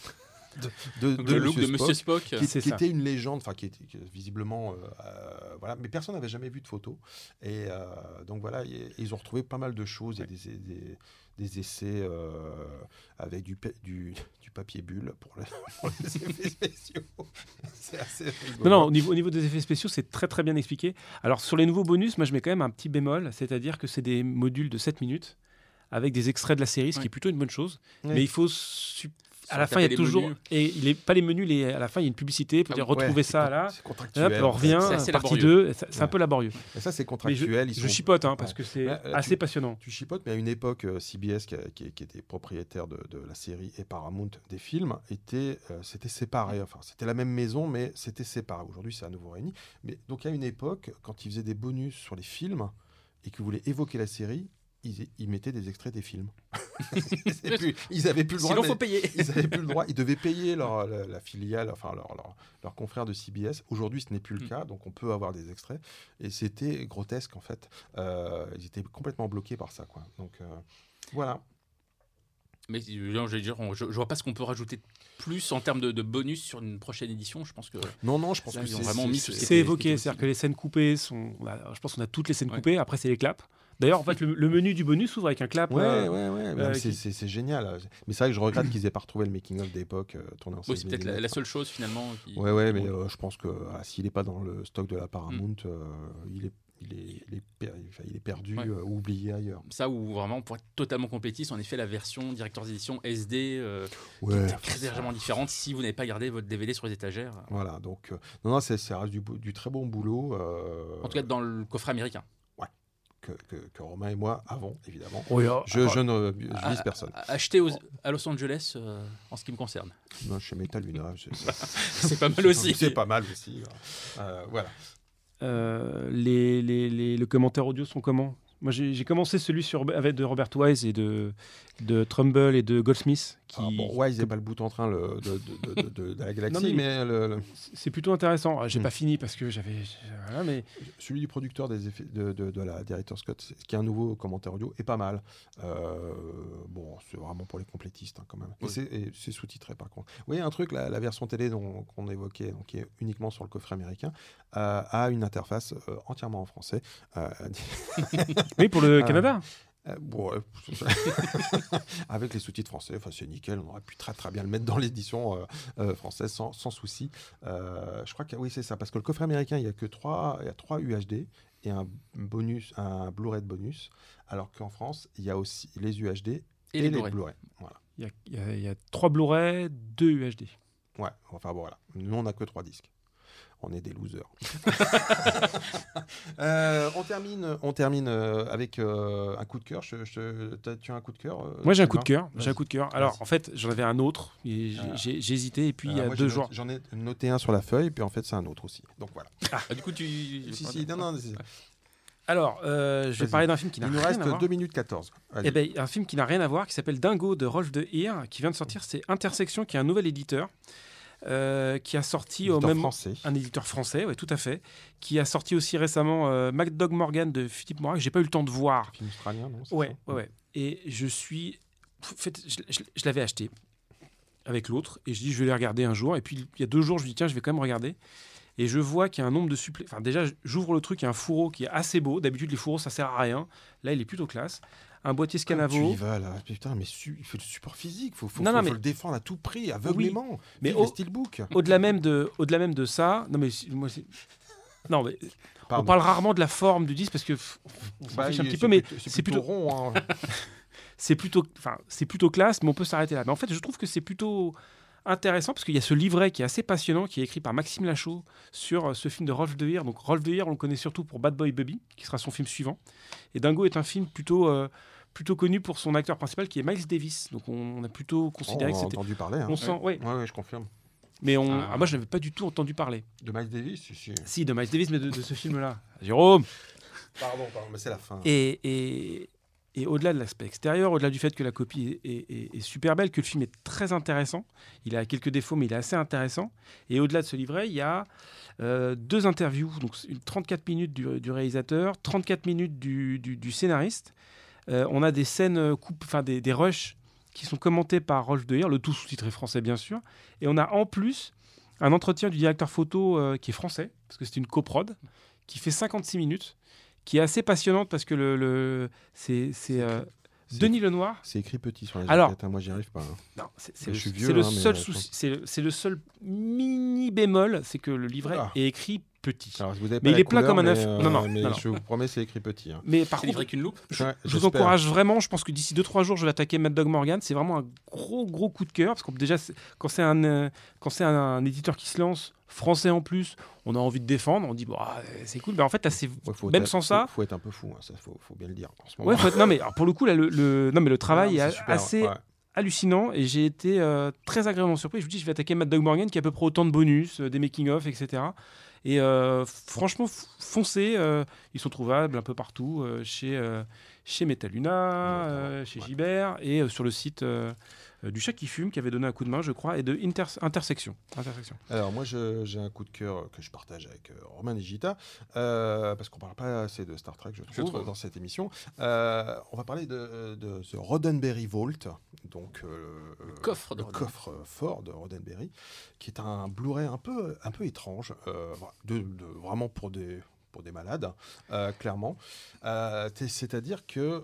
de, Donc de le look de Monsieur Spock. Spock. qui, C'est qui ça. était une légende, enfin qui était qui, visiblement, euh, euh, voilà, mais personne n'avait jamais vu de photos. Et euh, donc voilà, et- et ils ont retrouvé pas mal de choses, il y a des, des, des essais euh, avec du, pa- du, du papier bulle pour, le- pour les effets spéciaux. C'est assez rigolo. Non, non, au niveau, au niveau des effets spéciaux, c'est très très bien expliqué. Alors sur les nouveaux bonus, moi je mets quand même un petit bémol, c'est-à-dire que c'est des modules de sept minutes avec des extraits de la série, ce qui Ouais. est plutôt une bonne chose. Ouais. Mais il faut... su- À Sur la fin, il y a les toujours... menus. Et il est pas les menus, les... à la fin, il y a une publicité pour Ah dire oui, retrouvez Ouais, c'est ça con- là. C'est Et contractuel. hop, on revient, C'est assez partie laborieux. deux. C'est c'est un Ouais. peu laborieux. Et ça, c'est Mais je, contractuel. ils je sont- chipote, hein, parce Ouais. que c'est Là, là, assez tu- passionnant. Tu chipotes, mais à une époque, euh, C B S, qui, a- qui- qui était propriétaire de, de la série et Paramount des films, était, euh, c'était séparé. Enfin, c'était la même maison, mais c'était séparé. Aujourd'hui, c'est à nouveau réuni. Mais donc, à une époque, quand ils faisaient des bonus sur les films et qu'ils voulaient évoquer la série, ils, ils mettaient des extraits des films. C'est plus- ils avaient plus le droit. Sinon, de faut mettre- payer. Ils n'avaient plus le droit. Ils devaient payer leur, la, la filiale, enfin leur, leur, leur confrère de C B S. Aujourd'hui, ce n'est plus le Mm. cas, donc on peut avoir des extraits. Et c'était grotesque en fait. Euh, ils étaient complètement bloqués par ça, quoi. Donc euh, voilà. Mais euh, non, j'allais dire, on- je, je vois pas ce qu'on peut rajouter de plus en termes de, de bonus sur une prochaine édition. Je pense que Non, non, je pense Là, que ils ont c'est vraiment c'est- mis c'est- tout ce qui C'est était- évoqué, c'était c'est-à-dire possible. que les scènes coupées sont... on a- je pense qu'on a toutes les scènes Ouais. coupées, après c'est les claps. D'ailleurs, en fait, le, le menu du bonus s'ouvre avec un clap. Ouais, euh, ouais, ouais. mais euh, c'est, qui- c'est- c'est génial. Mais c'est vrai que je regrette qu'ils aient pas retrouvé le making-of d'époque euh, tourné en oui, c'est seize peut-être la, la millimètres. seule chose finalement. Qui... Ouais, ouais, mais euh, je pense que ah, s'il n'est pas dans le stock de la Paramount, Mm. euh, il, est, il, est, il, est per- enfin, il est perdu Ouais. euh, ou oublié ailleurs. Ça où vraiment pour être totalement compétitif, en effet la version Director's Edition S D euh, Ouais, est très légèrement différente si vous n'avez pas gardé votre D V D sur les étagères. voilà, donc euh, non, non, c'est, ça reste du, bou- du très bon boulot. euh, En tout cas dans le coffret américain. que, que, que Romain et moi avons, évidemment. Oui, alors, Je, je ne je vise personne. Acheté aux, à Los Angeles, euh, en ce qui me concerne. Non, chez Metal Luna, je- c'est C'est pas mal aussi. c'est pas mal aussi. Euh, voilà. Euh, les, les, les, le commentaire audio sont comment? Moi, j'ai j'ai commencé celui sur, avec de Robert Wise et de, de Trumbull et de Goldsmith. Qui, Ah, bon, Wise n'est pas le bout en train le, de, de, de, de, de, de la galaxie, Non, mais- mais, le, le- c'est plutôt intéressant. Ah, J'ai Hmm. pas fini parce que j'avais. Voilà, mais celui du producteur des effets de, de, de la Director's Scott, c'est- qui est un nouveau commentaire audio, est pas mal. Euh, bon, c'est vraiment pour les complétistes hein, quand même. Et Oui. c'est- et c'est sous-titré par contre. Oui, un truc, la, la version télé dont- qu'on évoquait, donc, qui est uniquement sur le coffret américain, euh, a une interface euh, entièrement en français. Euh, oui, pour le Ah. Canada. Euh, bon, euh, avec les sous-titres français, enfin, c'est nickel, on aurait pu très très bien le mettre dans l'édition euh, euh, française sans, sans souci. Euh, je crois que oui, c'est ça, parce que le coffret américain, il y a que trois, il y a trois U H D et un bonus, un Blu-ray de bonus, alors qu'en France, il y a aussi les U H D et, Et les les Blu-ray. Blu-ray. Voilà. Il y a, il y a- il y a trois Blu-ray, deux U H D. Ouais, enfin bon, voilà. Nous, on n'a que trois disques. On est des losers. Euh, on termine, on termine euh, avec euh, un coup de cœur. Je, je- t'as- tu as un coup de cœur euh, Moi, j'ai un Sylvain coup de cœur. J'ai un Vas-y. coup de cœur. Alors, Vas-y. en fait, j'en avais un autre. et j'ai- Ah. J'ai j'ai hésité. Et puis, il y Euh, a moi, deux j'ai jours. noté- J'en ai noté un sur la feuille, puis en fait, c'est un autre aussi. Donc voilà. Ah, du coup, tu. Si, si, non, non, c'est- Alors, euh, je vais Vas-y. parler d'un film qui n'a il nous rien reste à voir. deux minutes quatorze. Allez. Eh ben, un film qui n'a rien à voir, qui s'appelle Dingo de Rolf de Heer, qui vient de sortir. C'est Intersection, qui est un nouvel éditeur, euh, qui a sorti au Éditeur même français. un éditeur français, ouais, tout à fait, qui a sorti aussi récemment euh, MacDog Morgan de Philippe Morin, que j'ai pas eu le temps de voir. Film australien, non c'est Ouais, ça ouais, ouais. Et je suis, en fait, je, je- je l'avais acheté avec l'autre, et je dis je vais les regarder un jour. Et puis il y a deux jours, je me dis tiens, je vais quand même regarder. Et je vois qu'il y a un nombre de supplé. Enfin, déjà, j'ouvre le truc, il y a un fourreau qui est assez beau. D'habitude, les fourreaux, ça sert à rien. Là, il est plutôt classe. Un boîtier Comme tu Scanavo. y vas là, putain, mais su- il fait le support physique, faut, faut, Non, faut, non, faut mais- le défendre à tout prix, aveuglément. mais Vive au- les steelbooks. Au-delà même de, au-delà même de ça, non mais si- moi, c'est- non mais on Pardon. parle rarement de la forme du disque parce que pff, on s'en Bah, fiche un il- petit c'est peu, mais plutôt- c'est plutôt, rond. hein. c'est plutôt, enfin, c'est plutôt classe, mais on peut s'arrêter là. Mais en fait, je trouve que c'est plutôt intéressant parce qu'il y a ce livret qui est assez passionnant, qui est écrit par Maxime Lachaud sur euh, ce film de Rolf de Heer. Donc Rolf de Heer, on le connaît surtout pour Bad Boy Baby, qui sera son film suivant. Et Dingo est un film plutôt euh, plutôt connu pour son acteur principal qui est Miles Davis. Donc on, on a plutôt Oh, considéré on que a c'était. entendu parler. Hein. On sent, ouais. Ouais, ouais, je confirme. Mais on, Ah. ah, moi, je n'avais pas du tout entendu parler. De Miles Davis, si, si. Si, de Miles Davis, mais de, de ce film-là. Jérôme. Pardon, pardon, mais c'est la fin. Et, et, et au-delà de l'aspect extérieur, au-delà du fait que la copie est, est- est- est super belle, que le film est très intéressant, il a quelques défauts, mais il est assez intéressant. Et au-delà de ce livret, il y a euh, deux interviews, donc une trente-quatre minutes du, du réalisateur, trente-quatre minutes du, du- du scénariste. Euh, on a des scènes, euh, coupe, enfin des, des rushs qui sont commentés par Rolf de Heer, le tout sous-titré français bien sûr. Et on a en plus un entretien du directeur photo euh, qui est français, parce que c'est une coprod, qui fait cinquante-six minutes, qui est assez passionnante parce que le, le- c'est, c'est, euh, C'est- Denis Lenoir. C'est écrit petit sur la Alors- jaquette, hein, moi j'y arrive pas. hein. Non, c'est, c'est Je le, suis c'est vieux, le hein, mais, seul euh, souci, c'est, le- c'est le seul mini bémol, c'est que le livret Ah. est écrit petit. Alors, vous avez Mais pas il la est plein couleur, comme un mais, œuf. euh, Non, non, mais non, non. je vous promets, c'est écrit petit. hein. Mais par C'est contre, livré qu'une loupe. Ouais, je vous j'espère. encourage vraiment. Je pense que d'ici deux trois jours, je vais attaquer Mad Dog Morgan. C'est vraiment un gros, gros coup de cœur. Parce que déjà, c'est- quand c'est un, euh, quand c'est un, un éditeur qui se lance, français en plus, on a envie de défendre. On dit, bon, ah, c'est cool. Mais en fait, là, c'est. Ouais, faut même être- sans faut- ça- faut être un peu fou, hein, ça faut, faut bien le dire. En ce moment. Ouais, faut être- non, mais alors, pour le coup, là, le, le- non, mais le travail Ah, est c'est super, assez ouais. hallucinant. Et j'ai été euh, très agréablement surpris. Je vous dis, je vais attaquer Mad Dog Morgan qui a à peu près autant de bonus, euh, des making-of, et cetera. Et euh, franchement, f- foncez. euh, ils sont trouvables un peu partout, euh, chez, euh, chez Metaluna, euh, chez Ouais. Gibert, et euh, sur le site euh, euh, du Chat qui fume, qui avait donné un coup de main, je crois, et de Inter- Intersection. Intersection. Alors moi je- j'ai un coup de cœur que je partage avec euh, Romain et Gita, euh, parce qu'on parle pas assez de Star Trek je trouve, trouve. dans cette émission. Euh, on va parler de, de The Roddenberry Vault, donc euh, Le coffre de le Roddenberry. coffre fort de Roddenberry, qui est un Blu-ray un peu, un peu étrange, euh, de, de- vraiment pour des pour des malades, euh, clairement. Euh, t- C'est-à-dire que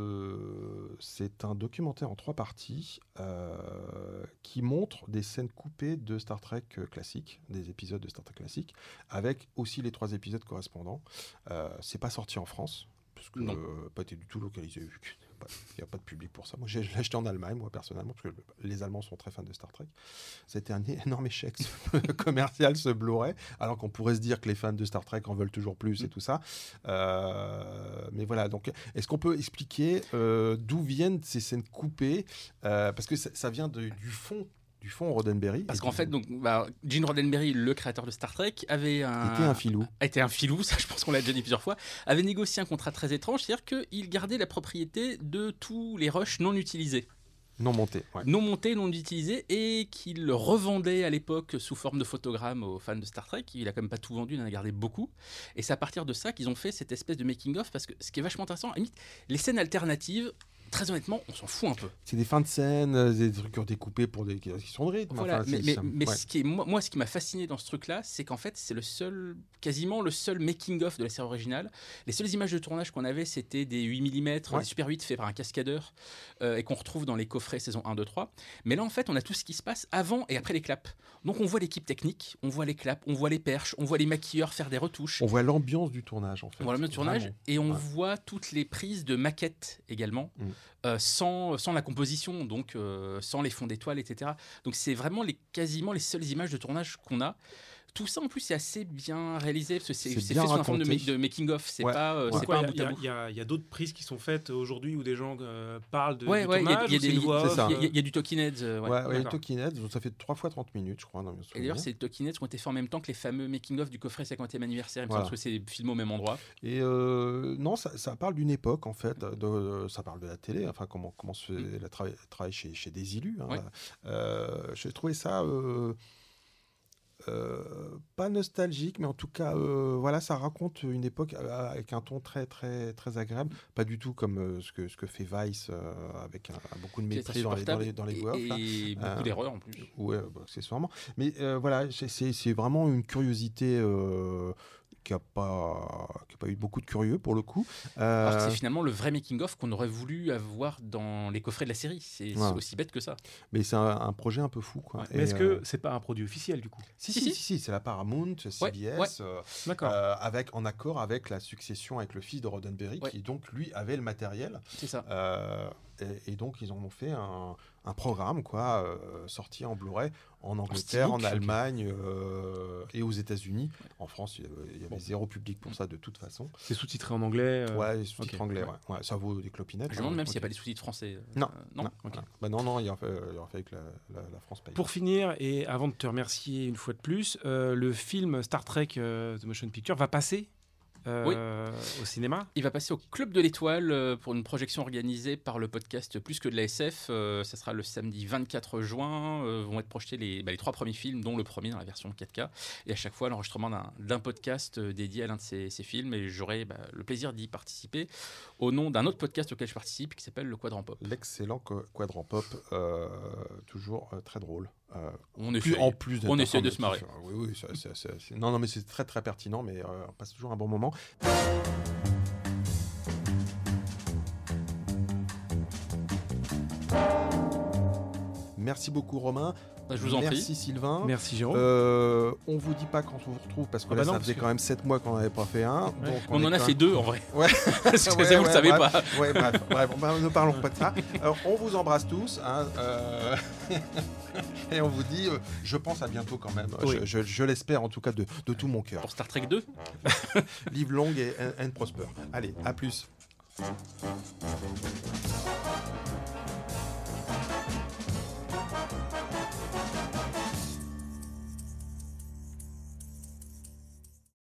euh, c'est un documentaire en trois parties euh, qui montre des scènes coupées de Star Trek euh, classiques, des épisodes de Star Trek classiques, avec aussi les trois épisodes correspondants. Euh, c'est pas sorti en France, parce que Non. euh, pas été du tout localisé. vu que pas, y a pas de public pour ça. Moi, j'ai, je l'ai acheté en Allemagne, moi, personnellement, parce que les Allemands sont très fans de Star Trek. C'était un énorme échec commercial, ce Blu-ray, alors qu'on pourrait se dire que les fans de Star Trek en veulent toujours plus et tout ça. Euh, mais voilà, donc, est-ce qu'on peut expliquer euh, d'où viennent ces scènes coupées euh, parce que ça, ça vient de, du fond du fond Roddenberry. Parce qu'en fait, donc, bah, Gene Roddenberry, le créateur de Star Trek, avait un... était un filou. était un filou, ça je pense qu'on l'a déjà dit plusieurs fois, avait négocié un contrat très étrange, c'est-à-dire qu'il gardait la propriété de tous les rushs non utilisés. Non montés. Ouais. Non montés, non utilisés, et qu'il revendait à l'époque sous forme de photogramme aux fans de Star Trek. Il a quand même pas tout vendu, il en a gardé beaucoup. Et c'est à partir de ça qu'ils ont fait cette espèce de making-of, parce que ce qui est vachement intéressant, à la limite, les scènes alternatives, très honnêtement, on s'en fout un peu. C'est des fins de scène, des trucs découpés pour des questions de rythme. Voilà, enfin, mais, mais, ça, mais ouais. ce qui est, moi, moi, ce qui m'a fasciné dans ce truc-là, c'est qu'en fait, c'est le seul, quasiment le seul making-of de la série originale. Les seules images de tournage qu'on avait, c'était des huit millimètres, Ouais. des Super huit faits par un cascadeur, euh, et qu'on retrouve dans les coffrets saison un, deux, trois. Mais là, en fait, on a tout ce qui se passe avant et après les claps. Donc, on voit l'équipe technique, on voit les claps, on voit les perches, on voit les maquilleurs faire des retouches. On voit l'ambiance du tournage, en fait. On voit le tournage Vraiment. et on Ouais. voit toutes les prises de maquettes également, Mm. euh, sans, sans la composition, donc euh, sans les fonds d'étoiles, et cetera. Donc c'est vraiment les, quasiment les seules images de tournage qu'on a. Tout ça en plus c'est assez bien réalisé parce que c'est, C'est c'est bien fait sous un forme de, raconté. ma- de making of. C'est Ouais. pas, euh, Ouais. c'est Quoi, pas un Il bout y à a, bout. il y a- il y a d'autres prises qui sont faites aujourd'hui où des gens euh, parlent de, Ouais, du ouais, il y a- tournage, il y a ou c'est des- une voix il off, y a- euh, il y a du Talking Heads. euh, ouais. Ouais, ouais, les D'accord. Talking Heads, ça fait trois fois trente minutes, je crois. Dans mes Et d'ailleurs, souvenirs. c'est les Talking Heads qui ont été faits en même temps que les fameux making-of du coffret cinquantième anniversaire. Il me Voilà. semble que c'est filmé au même endroit. Et euh, non, ça, ça parle d'une époque, en fait. De, ça parle de la télé, enfin, comment, comment se fait le travail, travail chez, chez des élus. Hein. Ouais. Euh, J'ai trouvé ça... Euh, euh, pas nostalgique, mais en tout cas, euh, voilà, ça raconte une époque euh, avec un ton très, très, très agréable. Pas du tout comme euh, ce, que, ce que fait Vice, euh, avec un, un beaucoup de Qui est mépris dans les, dans insupportable les, dans les et, voix off, là. et beaucoup Euh, d'erreurs en plus. Ouais, bah, accessoirement. Mais euh, voilà, c'est- c'est c'est vraiment une curiosité euh, qui n'a pas, qui a pas eu beaucoup de curieux pour le coup. Euh, Alors que c'est finalement le vrai making-of qu'on aurait voulu avoir dans les coffrets de la série. C'est, c'est Ouais. aussi bête que ça. mais c'est un, un projet un peu fou, quoi. Ouais. Mais Et, est-ce euh, que c'est pas un produit officiel du coup? si, Si, si, si. si, si, c'est la Paramount, C B S, ouais. euh, D'accord. euh, avec, en accord avec la succession avec le fils de Roddenberry, Ouais. qui donc lui avait le matériel. C'est ça. Euh, et, et donc ils en ont fait un, un programme, quoi, euh, sorti en Blu-ray en Angleterre, en, steelbook, ok. Allemagne euh, et aux États-Unis. En France, il y avait, il y avait Bon. zéro public pour ça de toute façon. C'est sous-titré en anglais. euh, Ouais, les sous-titres ok. anglais, ouais. Ouais, ça vaut des clopinettes. Je me demande hein, même s'il n'y a ok. pas des sous-titres français. euh, Non, euh, non. non, Ok. non. Bah non, non, il y a fait, il y a fait avec la, la, la France paye. Pour finir, et avant de te remercier une fois de plus, euh, le film Star Trek euh, The Motion Picture va passer euh, au cinéma. Il va passer au Club de l'Étoile euh, pour une projection organisée par le podcast Plus que de la S F. Euh, ça sera le samedi vingt-quatre juin. Euh, vont être projetés les, bah, les trois premiers films, dont le premier dans la version quatre K. Et à chaque fois, l'enregistrement d'un, d'un podcast euh, dédié à l'un de ces, ces films. Et j'aurai bah, le plaisir d'y participer au nom d'un autre podcast auquel je participe qui s'appelle Le Quadrant Pop. L'excellent co- Quadrant Pop, euh, toujours euh, très drôle. Euh, On plus, essaye. en plus d'être On essaie de se informatif. Oui, oui, ça- ça- ça- c'est- non, non, mais c'est très très pertinent, mais euh, on passe toujours un bon moment. Merci beaucoup Romain. Bah, je vous en Merci prie. Sylvain. Merci Jérôme. Euh, on vous dit pas quand on vous retrouve parce que Ah là bah non, ça parce faisait que- quand même sept mois qu'on n'avait pas fait un. Donc On, est en a quand fait même- deux en vrai. Ouais. Parce que Ouais, ça, vous ouais, le savez bref. pas. Ouais, bref, bref, bah, ne parlons pas de ça. Alors, on vous embrasse tous. Hein, euh, et on vous dit, euh, je pense à bientôt quand même. Oui. Je, je- je l'espère en tout cas de, de tout mon cœur. Pour Star Trek deux. Live long et and, and prosper. Allez, à plus.